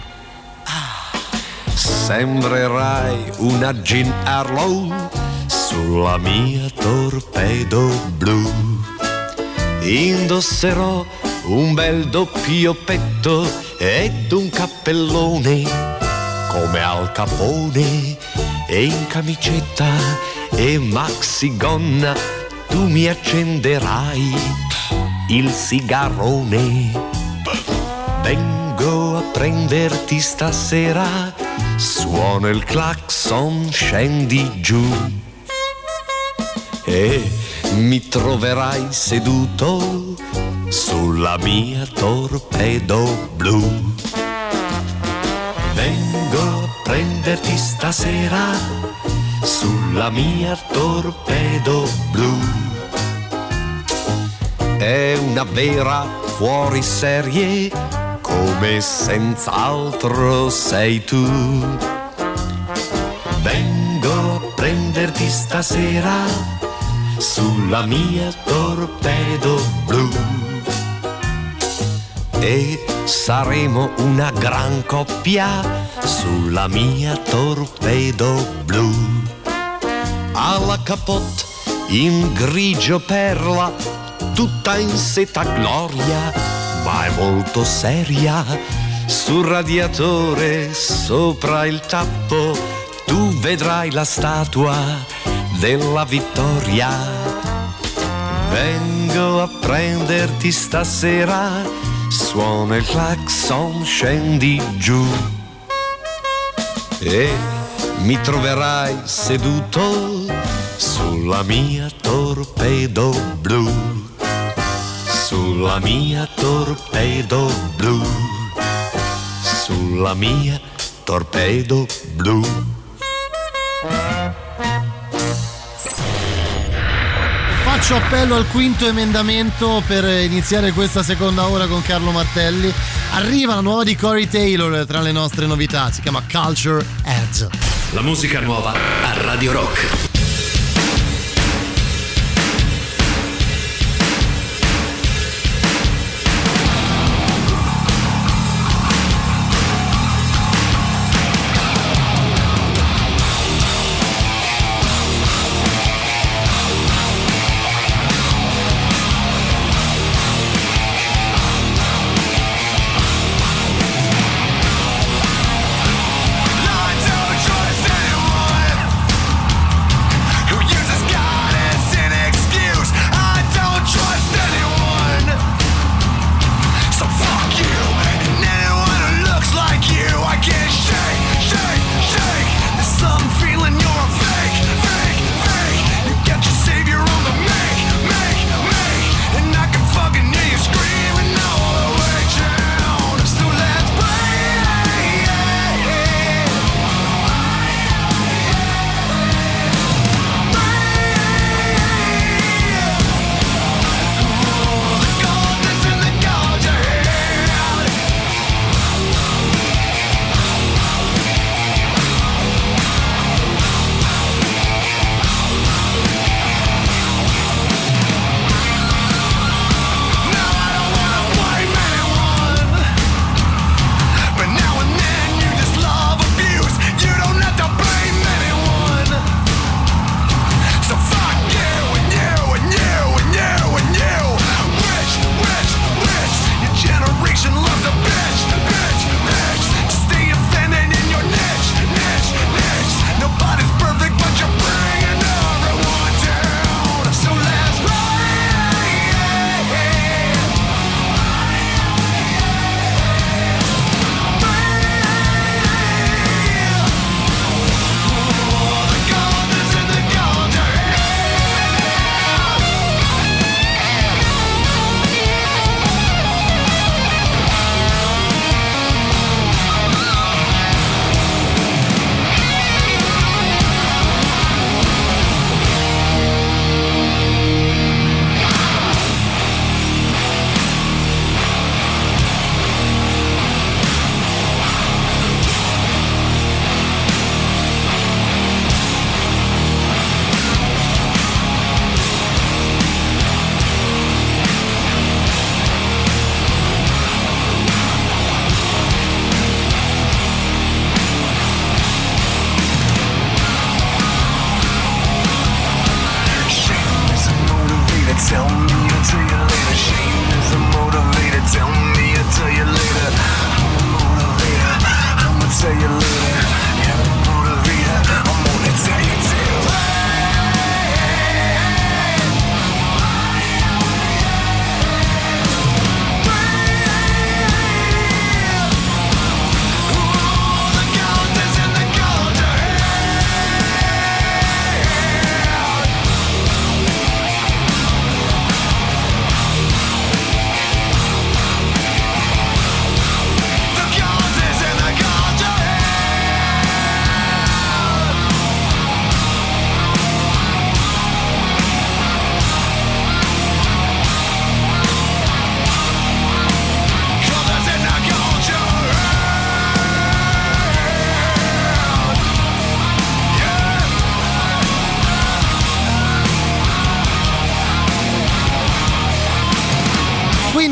Sembrerai una Jean Harlow sulla mia torpedo blu. Indosserò un bel doppio petto ed un cappellone come Al Capone, e in camicetta e maxigonna tu mi accenderai il sigarone. Vengo a prenderti stasera, suona il clacson, scendi giù e mi troverai seduto sulla mia torpedo blu. Vengo a prenderti stasera sulla mia torpedo blu. È una vera fuoriserie, come senz'altro sei tu. Vengo a prenderti stasera sulla mia torpedo blu. E saremo una gran coppia sulla mia torpedo blu. Alla capote in grigio perla, tutta in seta gloria, ma è molto seria. Sul radiatore sopra il tappo tu vedrai la statua della vittoria. Vengo a prenderti stasera, suona il clacson, scendi giù e mi troverai seduto sulla mia torpedo blu, sulla mia torpedo blu, sulla mia torpedo blu. Faccio appello al quinto emendamento per iniziare questa seconda ora con Carlo Martelli. Arriva la nuova di Corey Taylor tra le nostre novità, si chiama Culture Edge. La musica nuova a Radio Rock.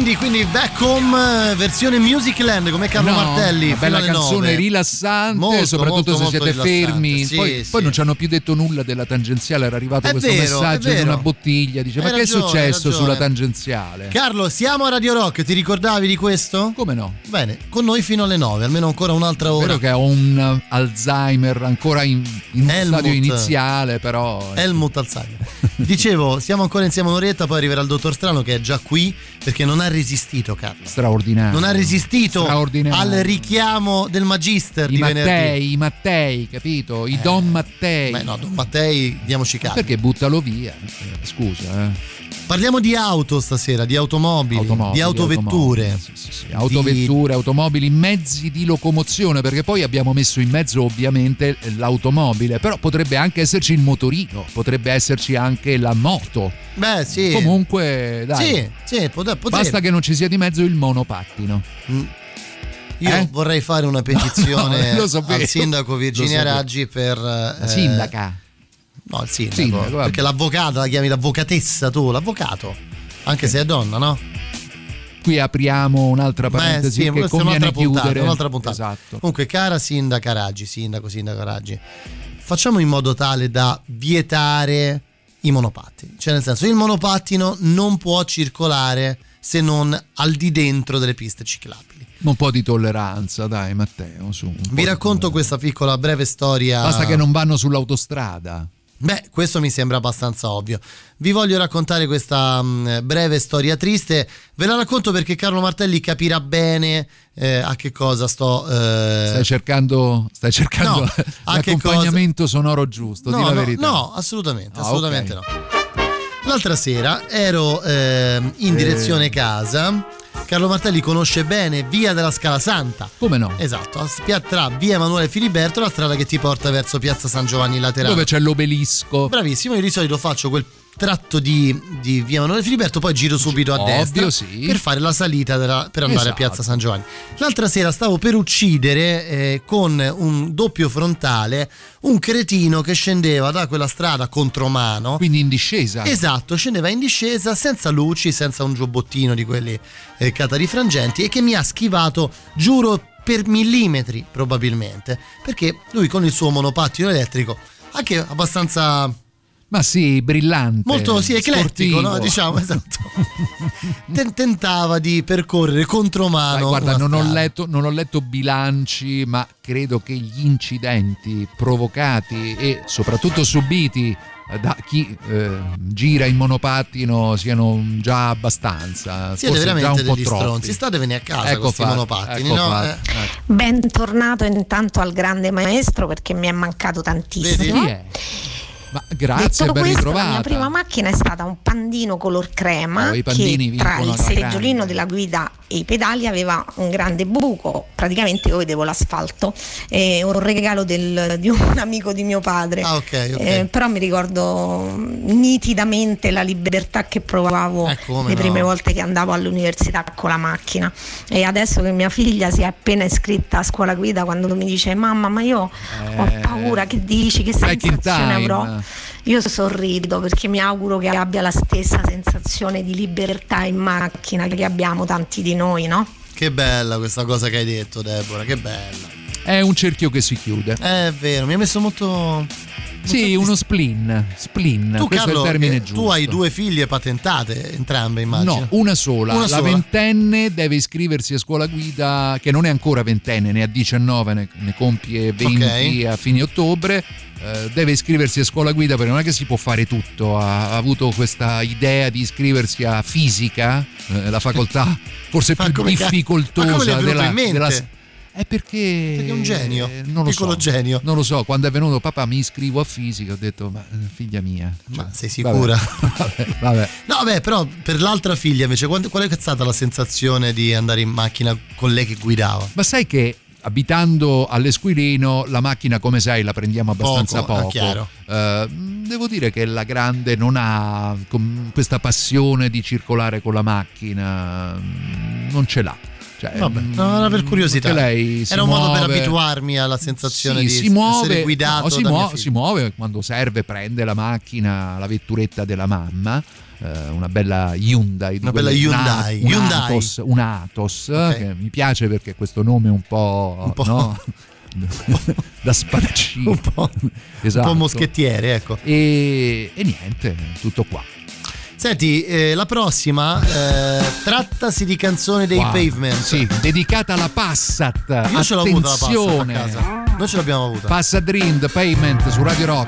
quindi, quindi Back Home versione Musicland come Carlo no, Martelli. Una bella canzone nove. rilassante, molto, soprattutto molto, se molto siete fermi. sì, poi, sì. poi non ci hanno più detto nulla della tangenziale. Era arrivato È questo vero, messaggio è di vero. una bottiglia. Dice: Hai ma che ragione, è successo hai ragione. sulla tangenziale? Carlo, siamo a Radio Rock, ti ricordavi di questo? Come no? Bene, con noi fino alle nove, almeno ancora un'altra ora. Vero che ho un Alzheimer ancora in, in un Helmut. stadio iniziale, però. Helmut Alzheimer. Dicevo, siamo ancora insieme un'oretta, poi arriverà il dottor Strano che è già qui perché non ha resistito, Carlo. Straordinario. Non ha resistito al richiamo del Magister I di Mattei, venerdì. i Mattei, capito? I Don Mattei. Beh no, Don Mattei, diamoci calma. Perché buttalo via? Eh, Scusa, eh. Parliamo di auto stasera, di automobili, Automobili, di autovetture. automobili, sì, sì, sì. Autovetture, di... automobili, mezzi di locomozione, perché poi abbiamo messo in mezzo ovviamente l'automobile, però potrebbe anche esserci il motorino, potrebbe esserci anche la moto. Beh, sì. Comunque, dai. Sì, sì, potre, potrebbe. Basta che non ci sia di mezzo il monopattino. Mm. Io eh? vorrei fare una petizione no, lo sapevo, al sindaco Virginia lo Raggi per... La eh, sindaca. No, il sindaco, sindaco perché l'avvocato la chiami l'avvocatessa tu, l'avvocato, anche se è donna, no? Qui apriamo un'altra parentesi Beh, sì, che conviene un'altra chiudere. puntata, un'altra puntata. Esatto. Comunque, cara sindaca Raggi, sindaco, sindaco Raggi, facciamo in modo tale da vietare i monopattini. Cioè, nel senso, il monopattino non può circolare se non al di dentro delle piste ciclabili. Un po' di tolleranza, dai Matteo, su. Vi racconto questa piccola breve storia. Basta che non vanno sull'autostrada. Beh, questo mi sembra abbastanza ovvio. Vi voglio raccontare questa mh, breve storia triste. Ve la racconto perché Carlo Martelli capirà bene eh, a che cosa sto... Eh... Stai cercando, stai cercando no, l'accompagnamento cosa... sonoro giusto, no, di la no, verità. No, assolutamente, ah, assolutamente okay. no. L'altra sera ero eh, in direzione eh. casa. Carlo Martelli conosce bene Via della Scala Santa. Come no? Esatto, tra Via Emanuele Filiberto, la strada che ti porta verso Piazza San Giovanni Laterano. Dove c'è l'obelisco. Bravissimo, io di solito faccio quel tratto di, di Via Emanuele Filiberto, poi giro subito a Ovvio, destra sì. per fare la salita della, per andare esatto. a Piazza San Giovanni. L'altra sera stavo per uccidere eh, con un doppio frontale un cretino che scendeva da quella strada contromano. Quindi in discesa. Esatto, scendeva in discesa senza luci, senza un giubbottino di quelli eh, catarifrangenti e che mi ha schivato, giuro, per millimetri probabilmente, perché lui con il suo monopattino elettrico, anche abbastanza... Ma sì, brillante. Molto sì, eclettico, no? Diciamo, esatto. Tentava di percorrere contromano. Dai, guarda, non ho, strada. letto, non ho letto bilanci, ma credo che gli incidenti provocati e soprattutto subiti da chi eh, gira in monopattino siano già abbastanza. Siete forse veramente già un po' degli troppi. stronzi. Statevene a casa ecco questi fatto, monopattini, ecco no? fatto, Eh. ecco. Bentornato intanto al grande maestro perché mi è mancato tantissimo. Vedi? Ma grazie, Detto ben questo, ritrovata. la mia prima macchina è stata un pandino color crema oh, i pandini che tra vincono il alla seggiolino grande. della guida e i pedali aveva un grande buco, praticamente io vedevo l'asfalto, eh, un regalo del, di un amico di mio padre. Ah, ok, ok. Eh, però mi ricordo nitidamente la libertà che provavo Eh, come le prime no. volte che andavo all'università con la macchina, e adesso che mia figlia si è appena iscritta a scuola guida, quando mi dice mamma ma io Eh, ho paura, che dici, che back in sensazione time. avrò, io sorrido perché mi auguro che abbia la stessa sensazione di libertà in macchina che abbiamo tanti di noi, no? Che bella questa cosa che hai detto, Deborah, che bella. È un cerchio che si chiude. È vero, mi ha messo molto... Sì, uno spleen. Spleen, Tu, questo Carlo, è il termine eh, giusto. tu hai due figlie patentate, entrambe immagino. No, una sola. Una la sola. ventenne deve iscriversi a scuola guida, che non è ancora ventenne, ne ha diciannove, ne, ne compie venti Ok. a fine ottobre. Eh, deve iscriversi a scuola guida perché non è che si può fare tutto. Ha, ha avuto questa idea di iscriversi a fisica, eh, la facoltà forse Ma più come ca- ma come difficoltosa le è venuto della, in mente? della È perché, Perché è un genio, eh, non lo piccolo so, genio. Non lo so, quando è venuto papà mi iscrivo a fisica, ho detto ma eh, figlia mia. Ma Cioè, sei sicura? Vabbè, vabbè. No, beh, però per l'altra figlia invece, qual qual è stata la sensazione di andare in macchina con lei che guidava? Ma sai che abitando all'Esquilino la macchina, come sai, la prendiamo abbastanza Poco, poco. è chiaro. Eh, devo dire che la grande non ha com- questa passione di circolare con la macchina, non ce l'ha. Cioè, Vabbè, no, era per curiosità. Lei si era un muove, modo per abituarmi alla sensazione sì, di si muove, essere guidato no, si, da muove, mia si muove quando serve, prende la macchina, la vetturetta della mamma, eh, una bella Hyundai, una bella Hyundai, un, Hyundai. Atos, un Atos, Okay. che mi piace perché questo nome è un po', Un po'. no? da spadaccino, un po', esatto. un po' moschettiere, ecco. E, e niente, tutto qua. Senti, eh, la prossima eh, trattasi di canzone dei Wow. Pavement. Sì, dedicata alla Passat. Io ce l'ho avuta la Passat a Attenzione. casa. Noi ce l'abbiamo avuta. Passat Dream, The Pavement su Radio Rock.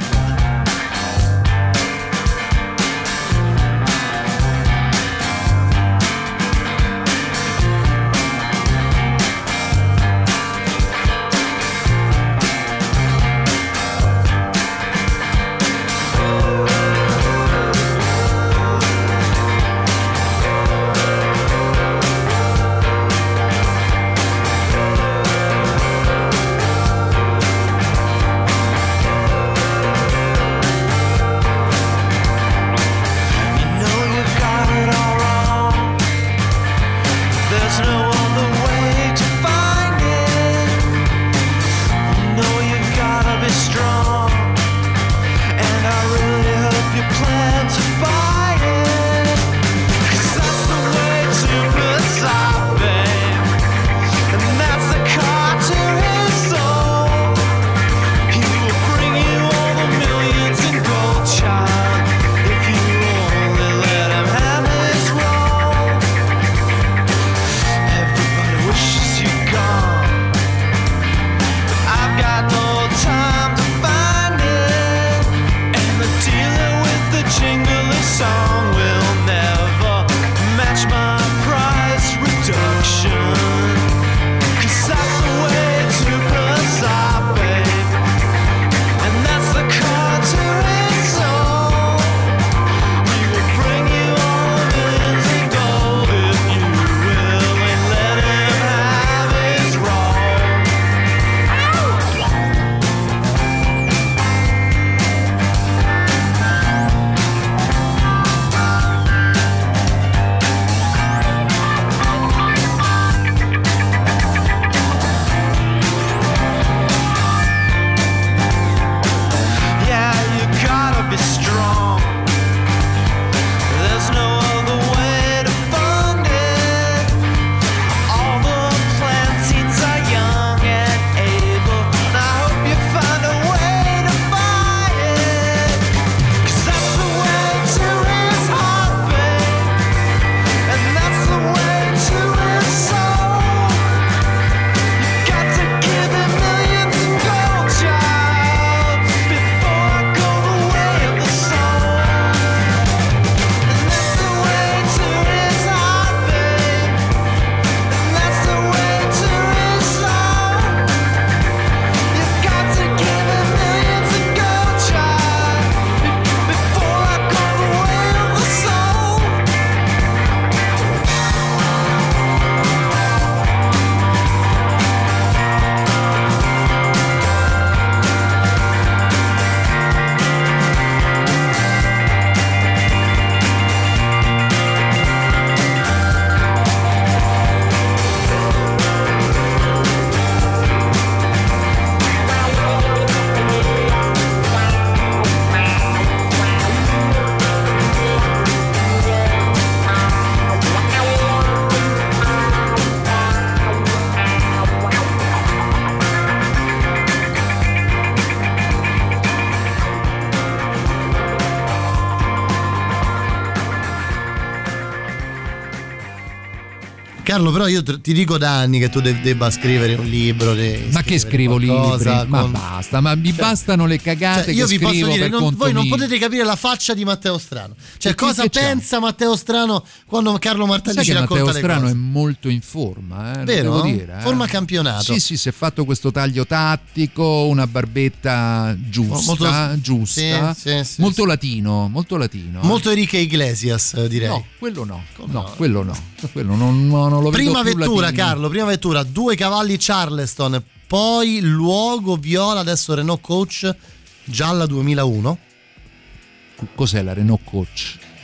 There's no other way to find it. You know you've gotta be strong, and I really hope you plan to fight it. 'Cause that's the way to put up, babe. And that's the car to his soul. He will bring you all the millions in gold, child, if you only let him have his role. Everybody wishes you gone, but I've got no time to find it. And the dealer with the jingly song will never match my price reduction. 'Cause that's the way to Passat, babe. And that's the car to his soul. He will bring you all the millions in gold if you will and let him have his roll. Yeah, you gotta be strong. There's no other way to fund it. All the plantings are young and able, and I hope you find a way to fight it. 'Cause that's the way to his heart, babe. And that's the way to his soul. You got to give him millions in gold, child, before I go the way of the soul. And that's the way to his heart, babe. And that's the way to his soul. You've got to give him millions in gold, child, be- before I go the way of the soul. Carlo, però io t- ti dico da anni che tu de- debba scrivere un libro. de- Ma che scrivo libri? qualcosa Ma con- basta, ma mi Cioè- bastano le cagate Cioè, io che vi posso scrivo dire, per non- conto voi non mio. potete capire la faccia di Matteo Strano. Cioè, E che- cosa che c'è? pensa Matteo Strano quando Carlo Martelli Sai ci che racconta Matteo le Strano cose? è molto in forma, eh? Vero? Lo devo dire, eh? Forma campionato. Sì, sì, si è fatto questo taglio tattico, una barbetta giusta, Molto- giusta, sì, sì, sì, molto sì. latino, molto latino. eh. Molto Enrique Iglesias, eh, direi. No, quello no, no, quello no, quello non, no, non lo Prima vedo più vettura, latino. Carlo, prima vettura, due cavalli Charleston, poi luogo viola, adesso Renault Coach gialla duemilauno. Cos'è la Renault Coach?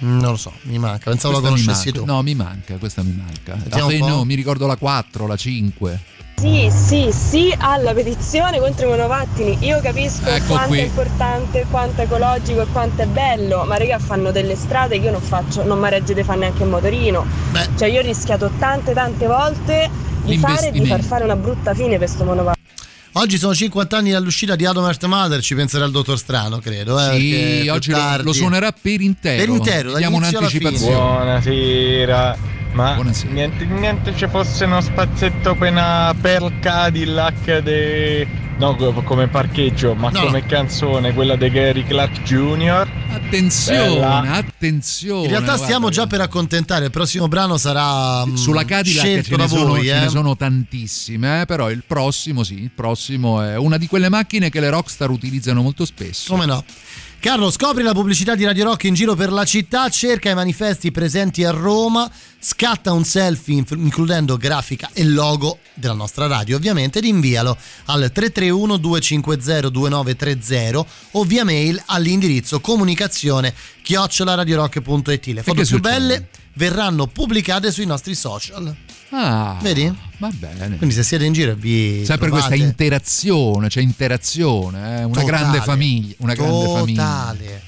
Non lo so, mi manca, pensavo Questa la mi conoscessi manca. tu. No, mi manca, questa mi manca. Vediamo Ah, un po'. no, mi ricordo la quattro, la cinque. Sì, sì, sì alla petizione contro i monopattini. Io capisco Ecco quanto qui. è importante, quanto è ecologico e quanto è bello, ma raga fanno delle strade che io non faccio, non mi regge di fare neanche il motorino. Beh. Cioè io ho rischiato tante tante volte di fare e di far fare una brutta fine per sto monopattino. Oggi sono cinquanta anni dall'uscita di Adam Earth Mother, ci penserà il dottor Strano, credo. Eh, Sì, perché oggi più lo, tardi- lo suonerà per intero. Per intero, Diamo dall'inizio alla fine. un'anticipazione. Buonasera, ma niente, niente ci fosse uno spazzetto per una Pearl Cadillac de... no co- come parcheggio, ma No. come canzone, quella di Gary Clark Junior Attenzione, Bella. attenzione. In realtà guarda. stiamo già per accontentare, il prossimo brano sarà mm, Sulla Cadillac scelto ce da ne, sono, voi, ce eh. ne sono tantissime, eh, però il prossimo sì, il prossimo è una di quelle macchine che le rockstar utilizzano molto spesso. Come no? Carlo, scopri la pubblicità di Radio Rock in giro per la città, cerca i manifesti presenti a Roma, scatta un selfie inf- includendo grafica e logo della nostra radio ovviamente ed invialo al tre tre uno due cinque zero due nove tre zero o via mail all'indirizzo comunicazione chiocciola radiorock punto it. Le foto che più succede? belle verranno pubblicate sui nostri social. Ah, Vedi? va bene. Quindi se siete in giro e vi Sempre trovate... questa interazione, c'è interazione, eh, una Totale, grande famiglia, una grande famiglia. Totale.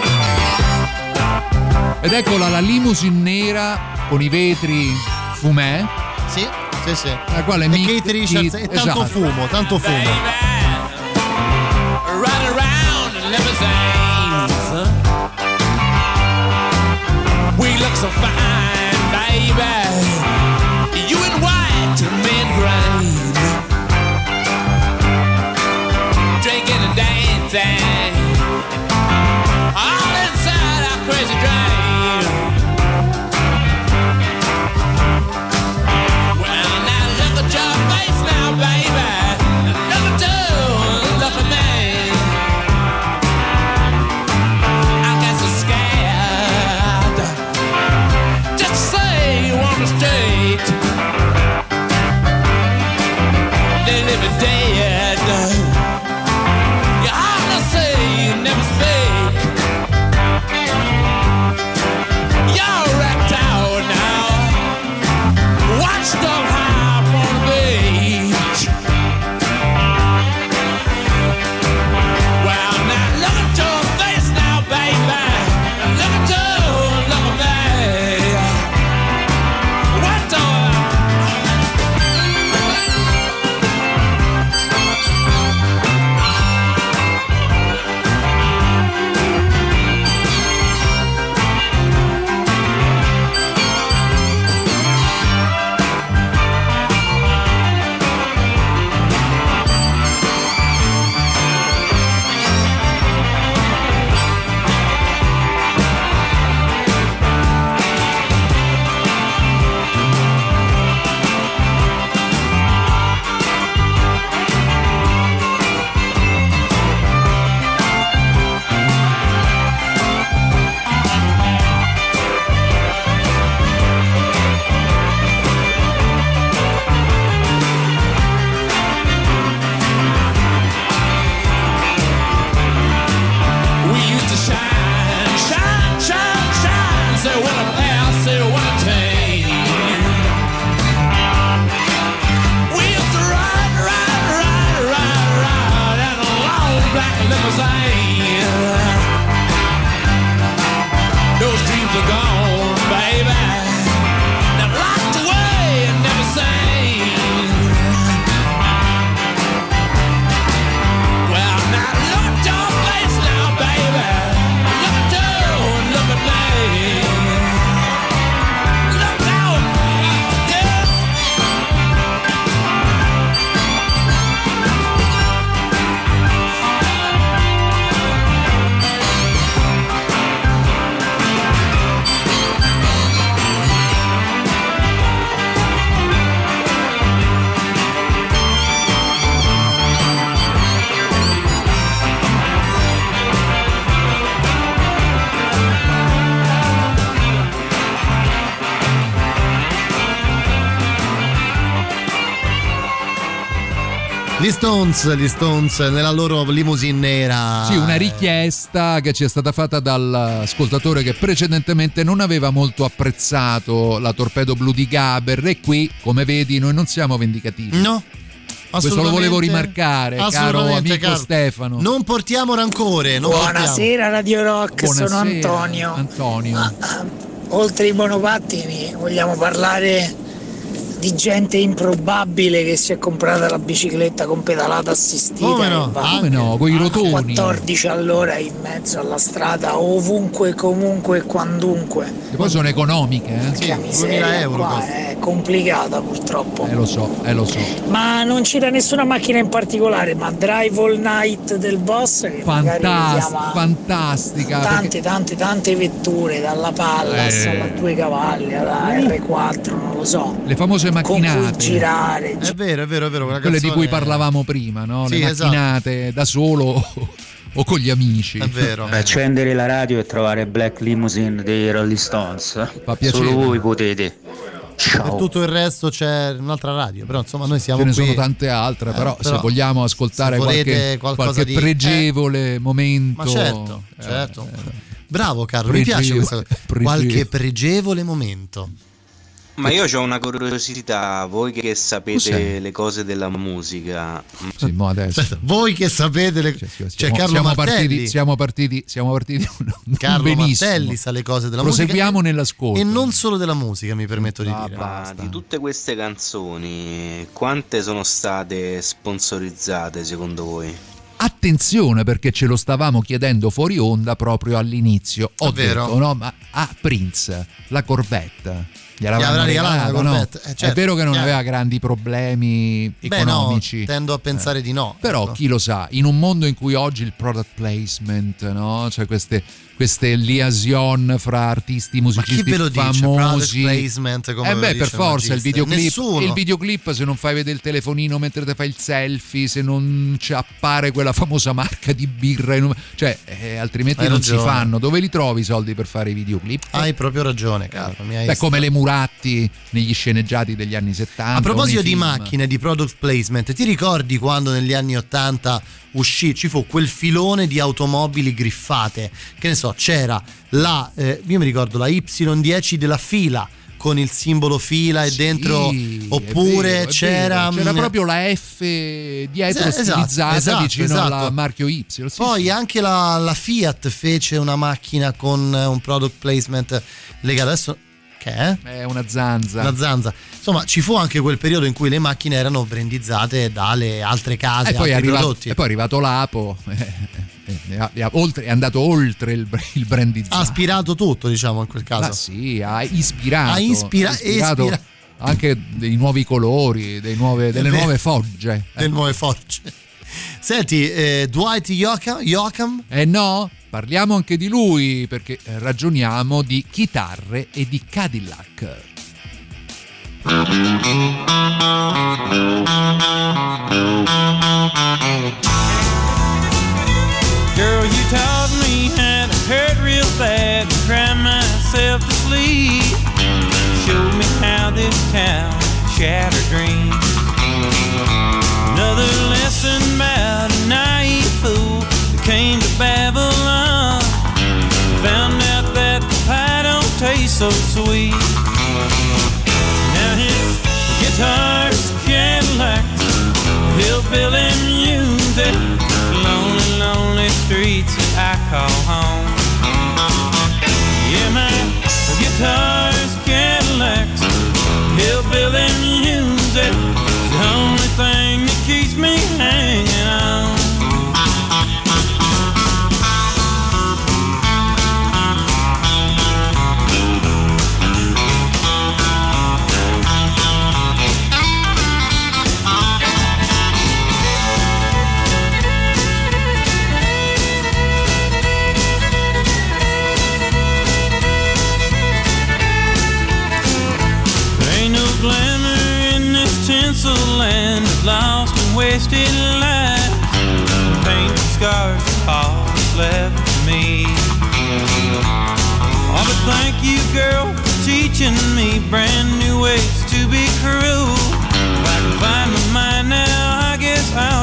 Ed eccola la limousine nera con i vetri fumè. Sì, sì, sì. La quale E mi Kate Richards, e tanto esatto. fumo, tanto fumo. Ride around in limousines. We look so fine, baby. You in white to men gray. Drinking and dancing. All inside our crazy dream. Well, now look at your face now, baby. Look at Gli Stones, gli Stones nella loro limousine nera. Sì, una richiesta che ci è stata fatta dall'ascoltatore che precedentemente non aveva molto apprezzato la Torpedo Blu di Gaber, e qui, come vedi, noi non siamo vendicativi. No. Questo lo volevo rimarcare, caro amico caro. Stefano. Non portiamo rancore. Non Buonasera portiamo. Radio Rock, Buonasera, sono Antonio. Antonio. Ah, ah, oltre ai monopattini vogliamo parlare di gente improbabile che si è comprata la bicicletta con pedalata assistita. Come no? e va Come no? Con i rotoni. quattordici all'ora in mezzo alla strada, ovunque, comunque e quandunque. E poi sono economiche, eh? Sì, duemila euro qua è complicata purtroppo. Eh lo so, eh lo so. Ma non c'era nessuna macchina in particolare, ma Drive All Night del boss che magari Fantas- chiama fantastica. tante perché... tante tante vetture, dalla Pallas Eh. alla due cavalli alla erre quattro, non lo so. Le famose Con cui macchinate. girare. È vero, è vero, è vero. Quella Quelle di canzone- cui parlavamo prima, no? Sì, Le esatto. macchinate da solo o con gli amici. È vero. Accendere la radio e trovare Black Limousine dei Rolling Stones. Fa piacere. Solo voi potete. Per tutto il resto c'è un'altra radio, però insomma noi siamo Ce ne qui. sono tante altre, Eh, però, però se vogliamo ascoltare se volete qualche, qualcosa qualche di- pregevole momento. Ma certo, eh, certo. eh, Bravo Carlo, mi piace Pregevole- questa cosa. pregevole. Qualche pregevole momento. Ma io ho una curiosità, voi che sapete Cos'è? le cose della musica. Sì, mo adesso. Aspetta, voi che sapete le... c'è siamo, Carlo siamo Martelli. partiti, siamo partiti, siamo partiti non Carlo benissimo. Martelli sa le cose della Proseguiamo musica nell'ascolto. e non solo della musica, mi permetto di dire. Ma di tutte queste canzoni, quante sono state sponsorizzate secondo voi? Attenzione, perché ce lo stavamo chiedendo fuori onda proprio all'inizio. Ho È vero. detto, no, ma a Prince la Corvette Gli avrà regalato la no? Corvette, eh, certo, È vero che non chiaro. aveva grandi problemi Beh, economici. no, tendo a pensare di no. Però ecco. chi lo sa, in un mondo in cui oggi il product placement, no? Cioè queste, queste liaison fra artisti musicisti chi ve lo dice? famosi. Product placement, come eh ve beh, lo per dice il forza il magista? videoclip, Nessuno. il videoclip, se non fai vedere il telefonino mentre ti fai il selfie, se non ci appare quella famosa marca di birra, in un- cioè eh, altrimenti Hai non ragione. si fanno. Dove li trovi i soldi per fare i videoclip? Hai proprio ragione, Carlo. Mi hai Beh, come le Muratti negli sceneggiati degli anni settanta. A proposito o nei di film. macchine, di product placement, ti ricordi quando negli anni ottanta uscì, ci fu quel filone di automobili griffate? Che ne so, c'era la, eh, io mi ricordo la Y dieci della Fila con il simbolo Fila e Sì, dentro, è oppure vero, è c'era vero. c'era mm, proprio la F dietro Esatto, stilizzata esatto, vicino esatto. al marchio Y. Sì, Poi sì. anche la, la Fiat fece una macchina con eh, un product placement legato adesso. Che è? È una zanza. Una zanza. Insomma, ci fu anche quel periodo in cui le macchine erano brandizzate dalle altre case, E poi, è altri arrivato, prodotti. e poi è arrivato l'Apo, eh, eh, eh, è, oltre- è andato oltre il, il brandizzato. Ha aspirato tutto, diciamo, in quel caso. Ma sì, ha ispirato. Ha ispira- ha ispirato ispira- anche dei nuovi colori, dei nuove, delle vero. nuove fogge. Delle nuove fogge. Senti, eh, Dwight Yoakam, Yoakam? Eh no, parliamo anche di lui perché eh, ragioniamo di chitarre e di Cadillac. Girl, you taught me how to hurt real bad and cry myself to sleep. Showed me how this town shattered dreams. Another lesson about a naive fool that came to Babylon. Found out that the pie don't taste so sweet. Now his guitar's Cadillacs, hillbilly music, lonely, lonely streets that I call home. Yeah, my guitar's Cadillacs, hillbilly music, the only thing that keeps me hanging on. Glamour in this tinsel land of lost and wasted lives. Paint scars all that's left of me. Oh, but thank you, girl, for teaching me brand new ways to be cruel. If I can find my mind now, I guess I'll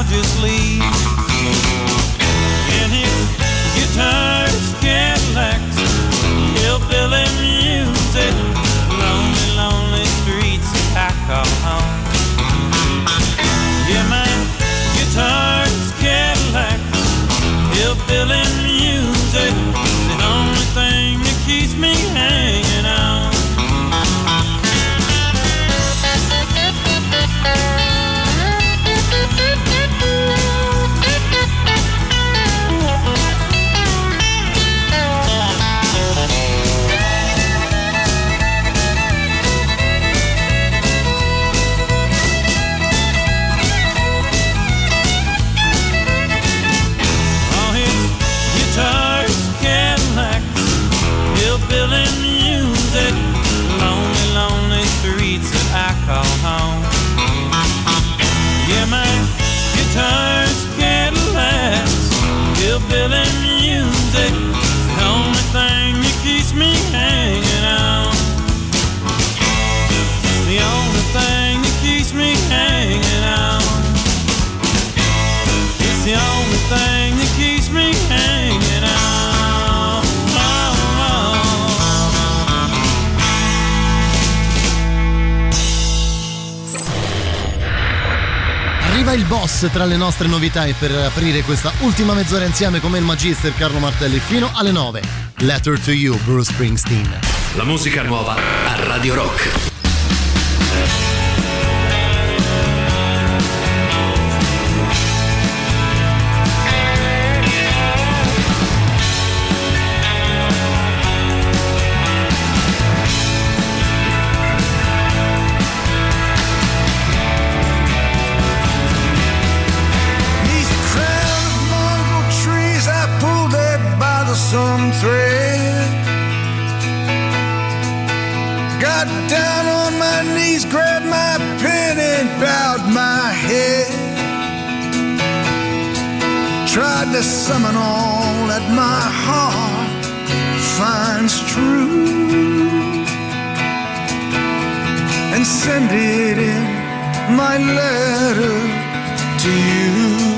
Arriva il boss tra le nostre novità e per aprire questa ultima mezz'ora insieme come il Magister Carlo Martelli fino alle nove. Letter to You, Bruce Springsteen. La musica nuova a Radio Rock. Some thread. Got down on my knees, grabbed my pen and bowed my head. Tried to summon all that my heart finds true and send it in my letter to you.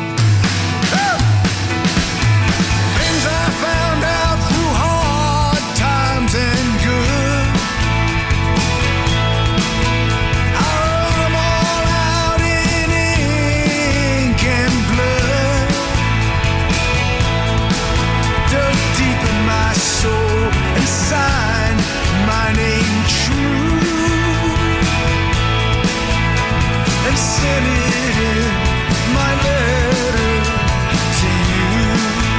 Sign my name true and send it in my letter to you.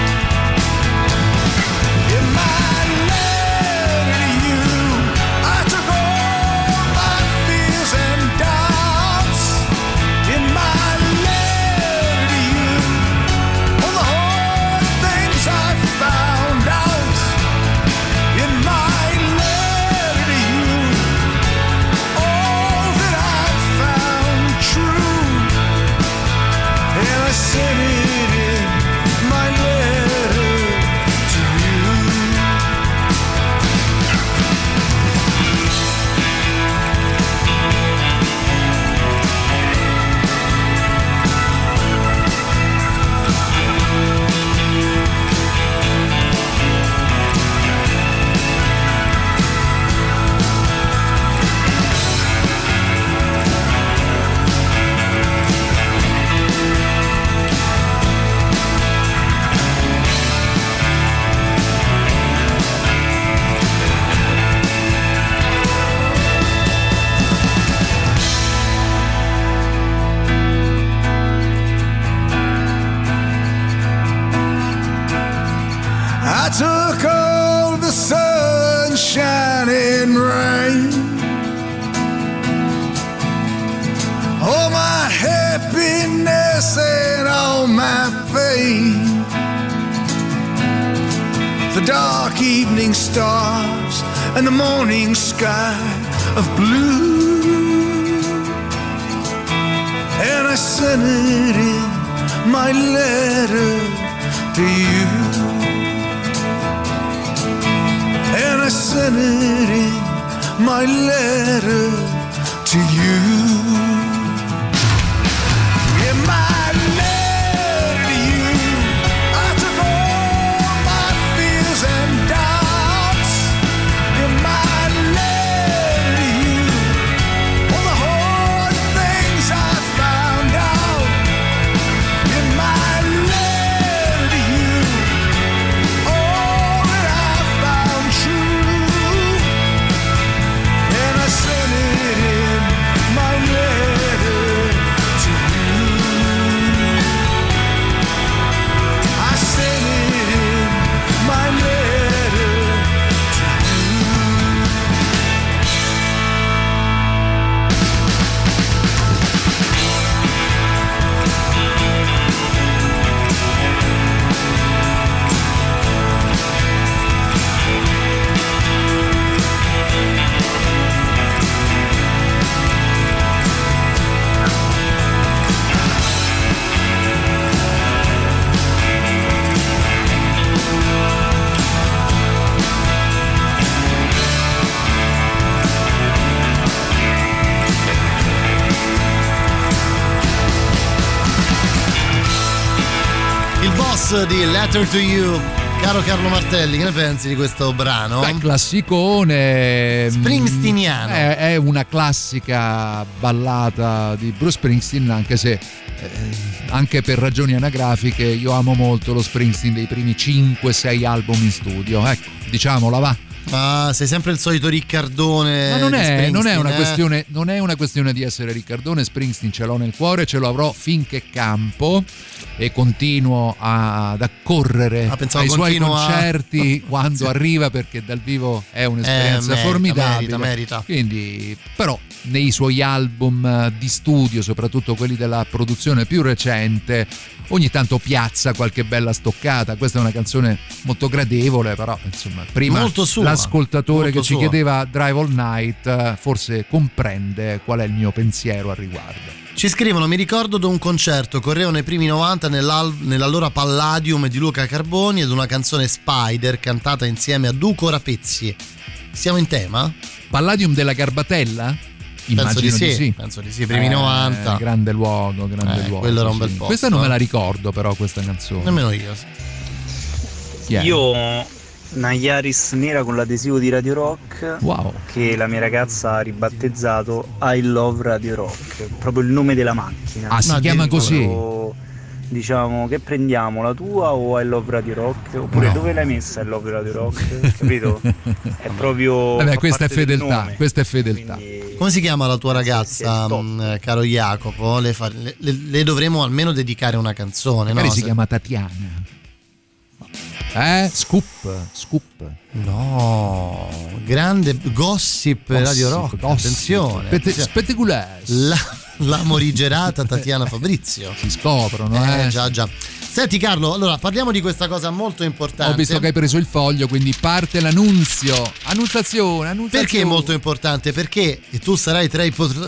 In my letter to you, I took all my fears and doubts. In my letter to you, all the hard things I found out. In my letter to you, all that I've found true, and I sent it in my letter to you. I took all the sunshine and rain, all my happiness and all my pain, the dark evening stars and the morning sky of blue, and I sent it in my letter to you. And I sent it in my letter to you. In my letter to you, I took all my fears and doubts. In my letter to you, all the hard things I found out. In my letter to you, all that I found true, and I sent it in my letter to you. I sent it in my letter to you. Il boss di Letter to You, Caro Carlo Martelli, che ne pensi di questo brano? Beh, classicone springsteeniano. È, è una classica ballata di Bruce Springsteen, anche se eh, anche per ragioni anagrafiche io amo molto lo Springsteen dei primi cinque sei album in studio. Ecco, diciamola, va. Ma sei sempre il solito Riccardone. Ma non è, non è una eh? questione, non è una questione di essere Riccardone. Springsteen ce l'ho nel cuore, ce lo avrò finché campo e continuo a, ad accorrere ah, ai suoi concerti a... quando sì. arriva, perché dal vivo è un'esperienza eh, merita, formidabile. Merita, merita. Quindi, però, nei suoi album di studio, soprattutto quelli della produzione più recente, ogni tanto piazza qualche bella stoccata. Questa è una canzone molto gradevole, però insomma, prima molto sua, l'ascoltatore molto che sua. ci chiedeva Drive All Night forse comprende qual è il mio pensiero al riguardo. Ci scrivono: mi ricordo di un concerto, correva nei primi novanta nell'allora Palladium di Luca Carboni, ed una canzone Spider cantata insieme a Duco Rapezzi. Siamo in tema? Palladium della Garbatella? Penso di, sì, di sì, penso di sì, primi eh, novanta. Grande luogo, grande eh, luogo. Quello era un bel sì. posto. Questa non me la ricordo, però, questa canzone. Nemmeno io. Chi è? Io una Yaris nera con l'adesivo di Radio Rock, wow, che la mia ragazza ha ribattezzato I Love Radio Rock, proprio il nome della macchina. Ah, si Ma chiama così? Proprio, diciamo, che prendiamo, la tua o I Love Radio Rock? Oppure no, dove l'hai messa I Love Radio Rock? Capito? È proprio... Vabbè, questa è fedeltà, questa è fedeltà. Quindi... Come si chiama la tua ragazza, mh, caro Jacopo? Le, fa, le, le dovremo almeno dedicare una canzone, magari no? si Se... chiama Tatiana. Eh? Scoop, Scoop. No, grande gossip, gossip Radio Rock. Gossip. Attenzione, Spette- attenzione. spettacolare. La, la morigerata Tatiana Fabrizio. Si scoprono, eh? eh già, già. Senti Carlo, allora parliamo di questa cosa molto importante. Ho visto che hai preso il foglio, quindi parte l'annunzio. Annunciazione, annunciazione. Perché è molto importante? Perché e tu sarai tra i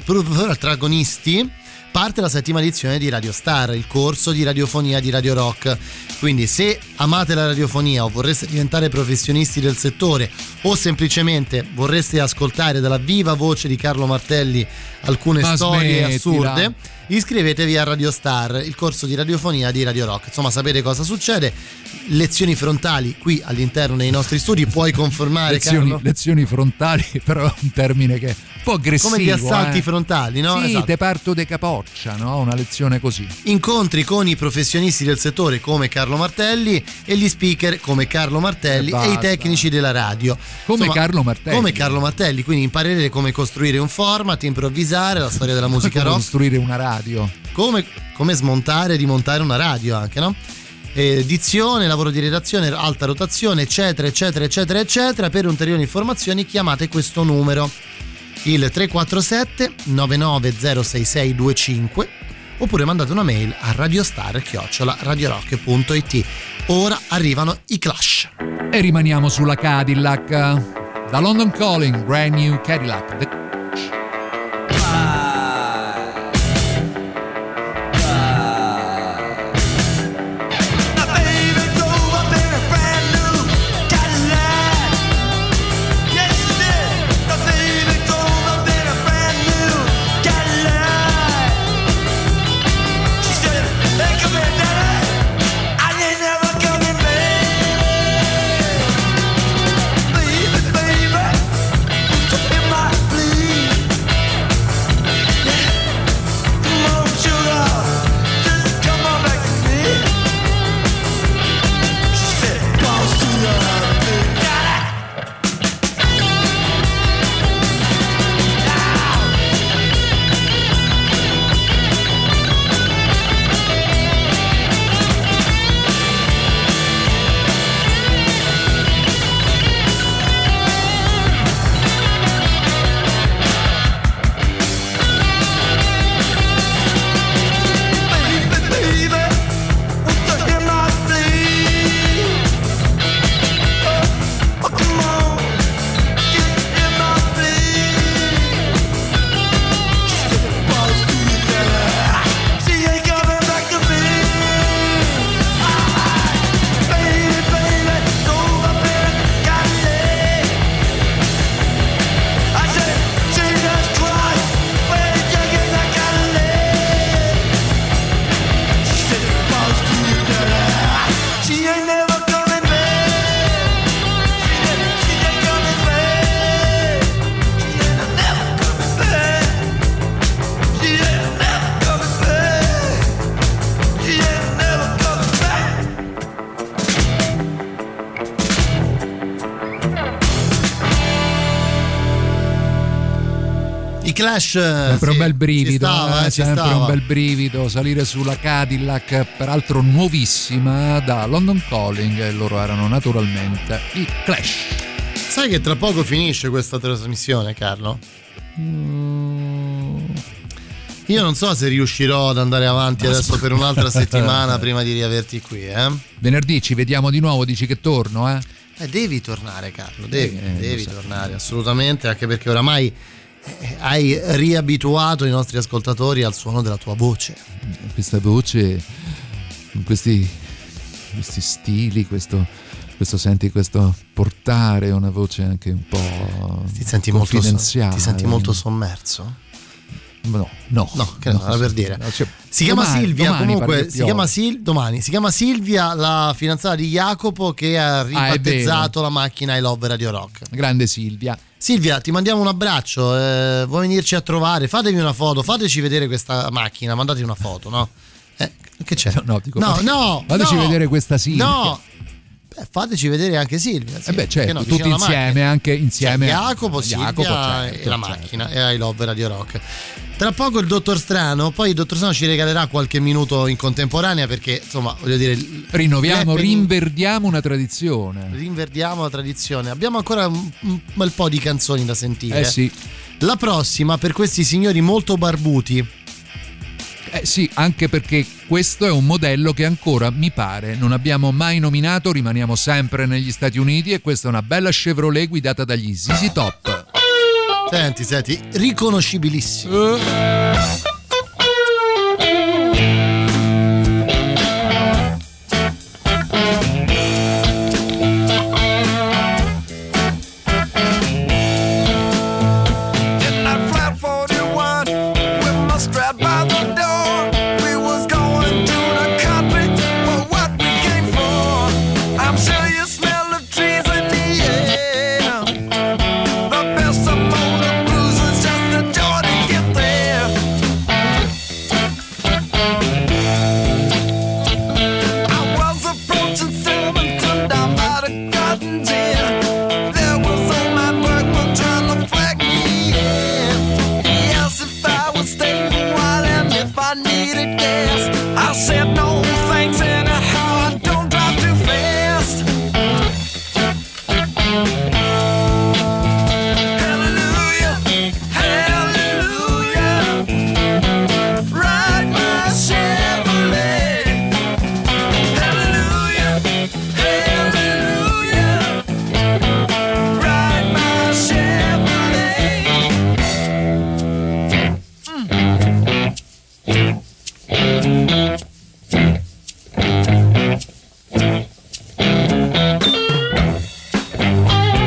protagonisti. Parte la settima edizione di Radio Star, il corso di radiofonia di Radio Rock. Quindi se amate la radiofonia o vorreste diventare professionisti del settore o semplicemente vorreste ascoltare dalla viva voce di Carlo Martelli alcune Ma storie smettila. assurde, iscrivetevi a Radio Star, il corso di radiofonia di Radio Rock. Insomma, sapete cosa succede? Lezioni frontali qui all'interno dei nostri studi. Puoi confermare, lezioni, Carlo? lezioni frontali, però è un termine che è un po' aggressivo. Come gli assalti eh. frontali, no? Sì, Esatto. te parto de capoccia, no? Una lezione così. Incontri con i professionisti del settore come Carlo Martelli e gli speaker come Carlo Martelli E e, i basta. tecnici della radio. Come Insomma, Carlo Martelli. Come Carlo Martelli, quindi imparerete come costruire un format, improvvisare, la storia della musica come rock. costruire una radio. Come, come smontare e rimontare una radio anche, no? Edizione, lavoro di redazione, alta rotazione, eccetera, eccetera, eccetera, eccetera. Per ulteriori informazioni chiamate questo numero, il tre quattro sette nove nove zero sei sei due cinque, oppure mandate una mail a radiostar chiocciola radiorock punto it. Ora arrivano i Clash. E rimaniamo sulla Cadillac. Da London Calling, Brand New Cadillac. The Baby, baby, in my I Clash, sempre sì, un bel brivido, stava, eh, sempre stava. un bel brivido salire sulla Cadillac, peraltro nuovissima, da London Calling, e loro erano naturalmente i Clash. Sai che tra poco finisce questa trasmissione, Carlo? Mm. Io non so se riuscirò ad andare avanti adesso per un'altra settimana prima di riaverti qui, eh? Venerdì ci vediamo di nuovo, dici che torno, eh? Eh, devi tornare, Carlo, devi, Eh, devi lo so. tornare, assolutamente, anche perché oramai eh, hai riabituato i nostri ascoltatori al suono della tua voce. Questa voce, in questi, questi stili, questo, questo senti, questo portare una voce anche un po' Ti senti molto, confidenziale. ti senti molto sommerso? No, no, no, che no, no, era per dire. no, cioè, si chiama domani, Silvia, domani comunque pare che si chiama, Sil- domani, si chiama Silvia, la fidanzata di Jacopo, che ha ribattezzato la macchina I Love Radio Rock. Grande Silvia. Silvia, ti mandiamo un abbraccio, eh, vuoi venirci a trovare? Fatevi una foto, fateci vedere questa macchina, mandate una foto, no? Eh, che c'è? No, no, dico, no, fate- no, fateci no, vedere questa Silvia. No. Beh, fateci vedere anche Silvia. Sì, Eh beh, certo, no, tutti vicino alla insieme, macchina. anche insieme. Cioè, Jacopo, Silvia Jacopo, certo, e la certo. macchina e I Love Radio Rock. Tra poco il Dottor Strano, poi il Dottor Strano ci regalerà qualche minuto in contemporanea, perché insomma, voglio dire, Rinnoviamo, l'happening- rinverdiamo una tradizione. rinverdiamo la tradizione. Abbiamo ancora un, un bel po' di canzoni da sentire. Eh sì. La prossima per questi signori molto barbuti. Eh sì, anche perché questo è un modello che ancora, mi pare, non abbiamo mai nominato, rimaniamo sempre negli Stati Uniti, e questa è una bella Chevrolet guidata dagli Z Z Top. Senti, senti, riconoscibilissimo. In that flat forty-one, with my strap by the door, we was going to the country for what we came for. I'm sure you smell the trees in the air. The best of motor cruisers, just the joy to get there. I was approaching Silverton down by the Gardens Inn. There was old man Bergman trying to flag me in. He asked if I would stay a while and if I needed gas. I said no thanks, anyhow I don't drive too fast. Hallelujah, hallelujah, ride my Chevrolet. Hallelujah, hallelujah, ride my Chevrolet. Mm.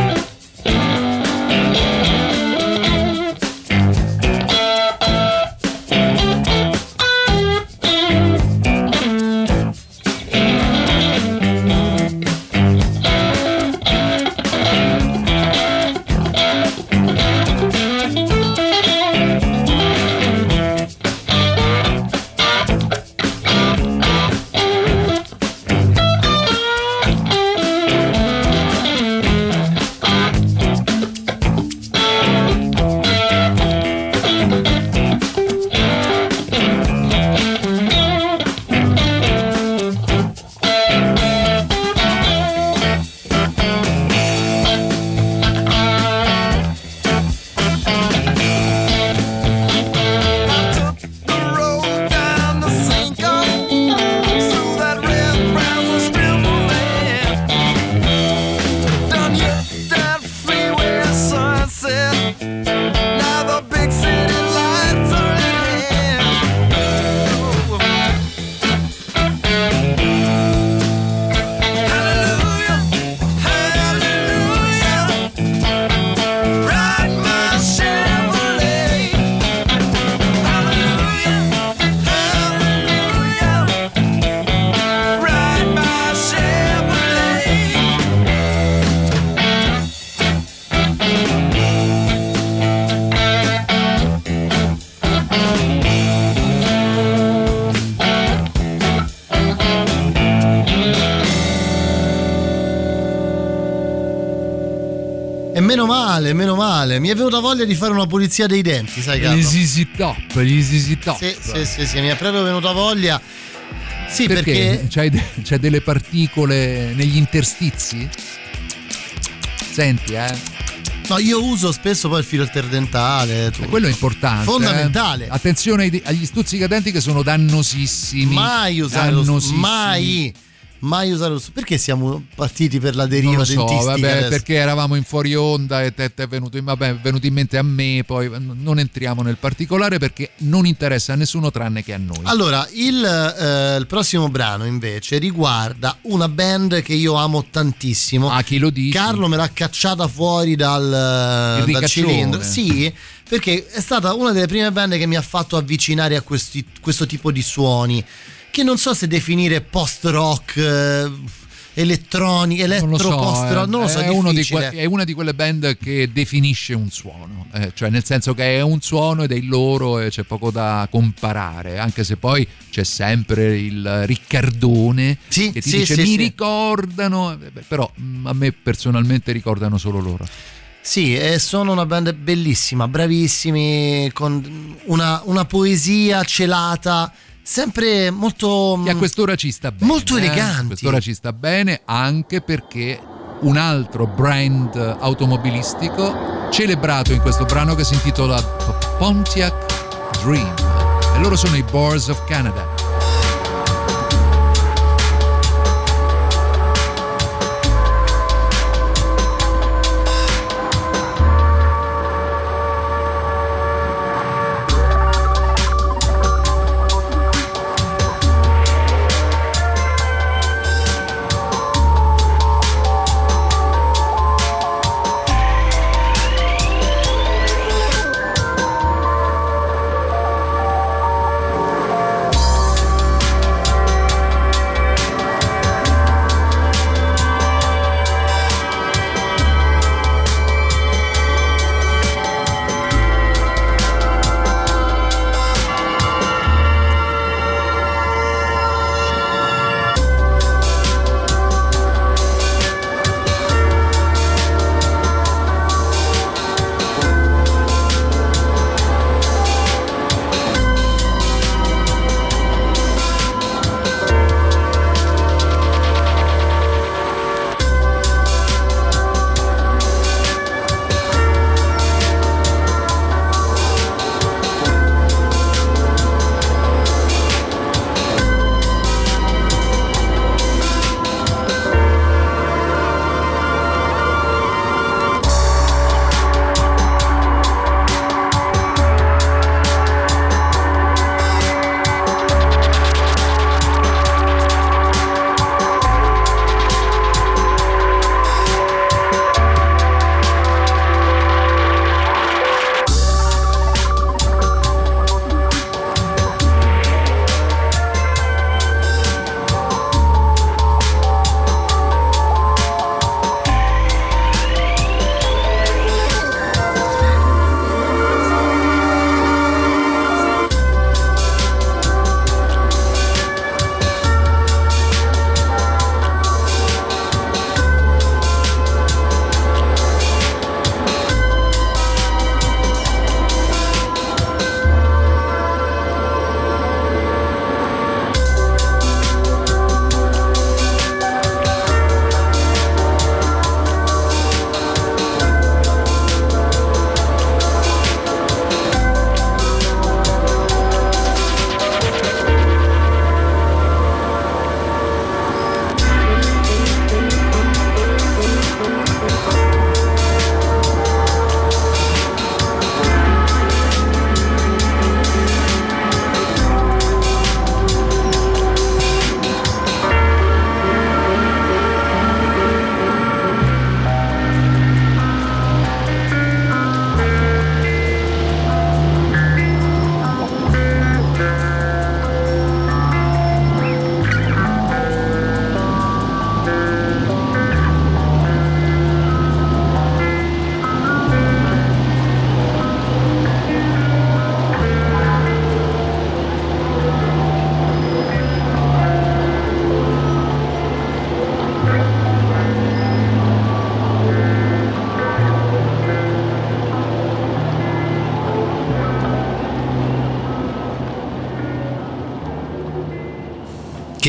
E meno male, meno male. Mi è venuta voglia di fare una pulizia dei denti, sai Carlo? Gli Z Z Top, gli Z Z Top. Sì, sì, sì, sì, mi è proprio venuta voglia. Sì, perché, perché... C'hai, de- c'hai delle particole negli interstizi? Senti, eh. No, io uso spesso poi il filo interdentale. E quello è importante. Fondamentale. Eh? Attenzione ai, agli stuzzicadenti che sono dannosissimi. Mai usare lo mai. Mai usare lo perché siamo partiti per la deriva non lo so, dentistica vabbè, adesso? Perché eravamo in fuori onda e te è venuto, in, vabbè, è venuto in mente a me, poi non entriamo nel particolare perché non interessa a nessuno tranne che a noi. Allora, il, eh, il prossimo brano invece riguarda una band che io amo tantissimo. Ah, chi lo dice? Carlo me l'ha cacciata fuori dal, dal cilindro. Sì, perché è stata una delle prime band che mi ha fatto avvicinare a questi, questo tipo di suoni, che non so se definire post-rock, eh, elettronico, elettro-post-rock, eh. non lo so, è, è, uno di que- è una di quelle band che definisce un suono, eh, cioè nel senso che è un suono ed è il loro e c'è poco da comparare, anche se poi c'è sempre il Riccardone sì, che ti sì, dice sì, mi sì. ricordano, però a me personalmente ricordano solo loro. Sì, e sono una band bellissima, bravissimi, con una, una poesia celata, sempre molto... Che a quest'ora ci sta bene. Molto eh? eleganti. A quest'ora ci sta bene anche perché un altro brand automobilistico celebrato in questo brano che si intitola Pontiac Dream. E loro sono i Boars of Canada.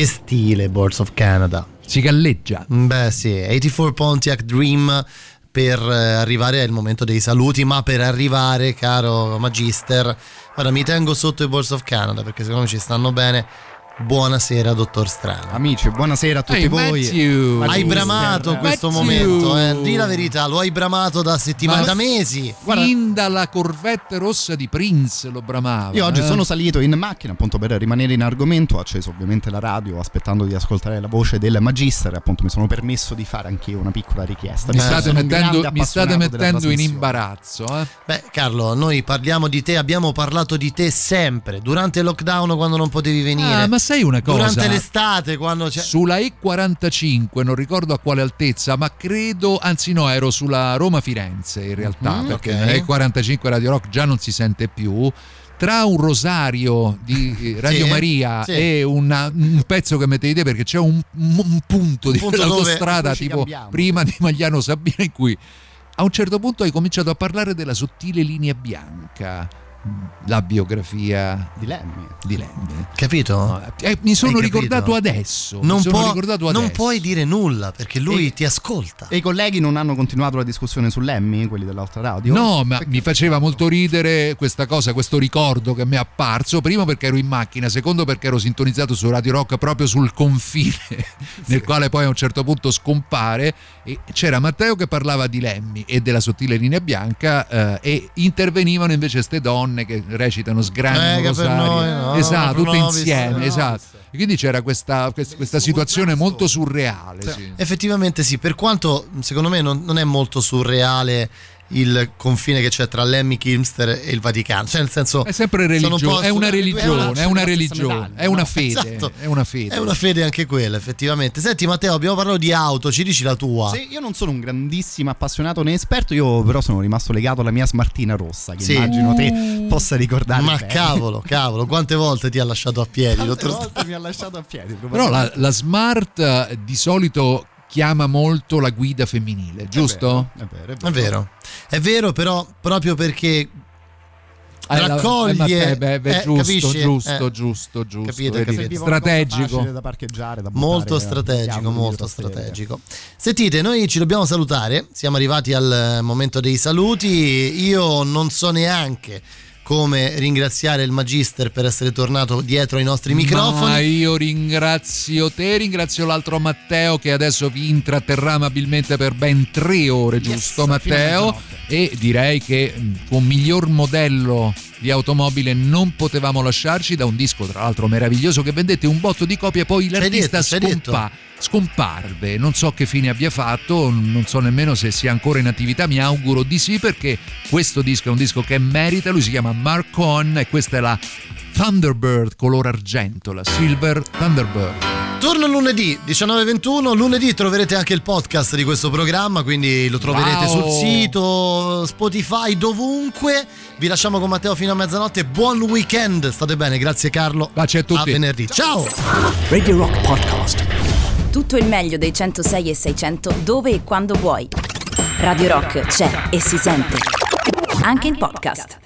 Che stile Birds of Canada. Si galleggia. Beh sì, ottantaquattro Pontiac Dream per arrivare al momento dei saluti, ma per arrivare, caro Magister, ora mi tengo sotto i Birds of Canada perché secondo me ci stanno bene. Buonasera dottor Strano. Amici, buonasera a tutti hey, voi. Matthew. Hai bramato questo Matthew. momento, eh? Di la verità, lo hai bramato da settimane, da mesi. Guarda, fin dalla Corvette rossa di Prince lo bramava. Io oggi eh? sono salito in macchina appunto per rimanere in argomento, ho acceso ovviamente la radio aspettando di ascoltare la voce del Magister e appunto mi sono permesso di fare anche io una piccola richiesta. Mi state Sono un mettendo, grande mi state appassionato della mettendo in trasmissione. imbarazzo. Eh? Beh Carlo, noi parliamo di te, abbiamo parlato di te sempre, durante il lockdown quando non potevi venire. Ah, ma sai una cosa? Durante l'estate quando c'è... Sulla E quarantacinque, non ricordo a quale altezza, ma credo, anzi no, ero sulla Roma-Firenze in realtà, Mm, perché ok. E quarantacinque Radio Rock già non si sente più. Tra un rosario di Radio Sì, Maria sì. e una- un pezzo che mettete perché c'è un, un punto di punto dell'autostrada dove- tipo cambiamo. prima di Magliano Sabina in cui a un certo punto hai cominciato a parlare della sottile linea bianca, la biografia Di Lemmy. di Lemmy. Capito? Eh, mi sono Hai capito? ricordato adesso. Non, mi sono può- ricordato non adesso. puoi dire nulla perché lui E- ti ascolta. E i colleghi non hanno continuato la discussione su Lemmy, quelli dell'altra radio? No, ma mi faceva molto ridere questa cosa, questo ricordo che mi è apparso. Primo perché ero in macchina, secondo perché ero sintonizzato su Radio Rock proprio sul confine, nel quale poi a un certo punto scompare. E c'era Matteo che parlava di Lemmy e della sottile linea bianca, eh, e intervenivano invece ste donne che recitano Sgrani Eh, che per Rosario. noi, no, esatto, proprio tutte nobis, insieme, no. esatto. E quindi c'era questa, questa, questa situazione molto surreale. Sì. Effettivamente sì, per quanto secondo me non, non è molto surreale il confine che c'è tra Lemmy Kilmister e il Vaticano, cioè nel senso È sempre sono un religio- po' è una su- religione, è una stessa religione, medaglia, è una no? fede, Esatto. è una fede. è una fede anche quella effettivamente. Senti Matteo, abbiamo parlato di auto, ci dici la tua? Sì, io non sono un grandissimo appassionato né esperto, io però sono rimasto legato alla mia Smartina rossa, che Sì. immagino te possa ricordare Ma bene. cavolo, cavolo, quante volte ti ha lasciato a piedi, Tante dottor volte Strano? mi ha lasciato a piedi. Però la, la Smart eh, di solito chiama molto la guida femminile, giusto? È vero, è vero. È vero, è vero, però proprio perché Eh, la- raccoglie, eh, Matteo, beh, beh, eh, giusto, capisci? giusto, Eh, giusto, giusto, capito, vedi, capito. Serviva una cosa strategico. facile da parcheggiare, da buttare, molto eh, strategico, diavolo, molto di tastiere. strategico. Sentite, noi ci dobbiamo salutare, siamo arrivati al momento dei saluti. Io non so neanche come ringraziare il Magister per essere tornato dietro ai nostri microfoni. Ma io ringrazio te, ringrazio l'altro Matteo che adesso vi intratterrà amabilmente per ben tre ore, giusto Yes, Matteo? E direi che il tuo miglior modello di automobile non potevamo lasciarci, da un disco tra l'altro meraviglioso che vendette un botto di copie, poi l'artista detto, c'hai detto. scompa, scomparve, non so che fine abbia fatto, non so nemmeno se sia ancora in attività, mi auguro di sì perché questo disco è un disco che merita, lui si chiama Mark Cohen e questa è la Thunderbird color argento, la Silver Thunderbird. Torno lunedì diciannove e ventuno, lunedì troverete anche il podcast di questo programma, quindi lo troverete Wow. sul sito, Spotify, dovunque. Vi lasciamo con Matteo fino a mezzanotte, buon weekend, state bene, grazie Carlo. Baci a tutti. A venerdì, ciao! Radio Rock Podcast. Tutto il meglio dei centosei e seicento dove e quando vuoi. Radio Rock c'è e si sente. Anche in podcast.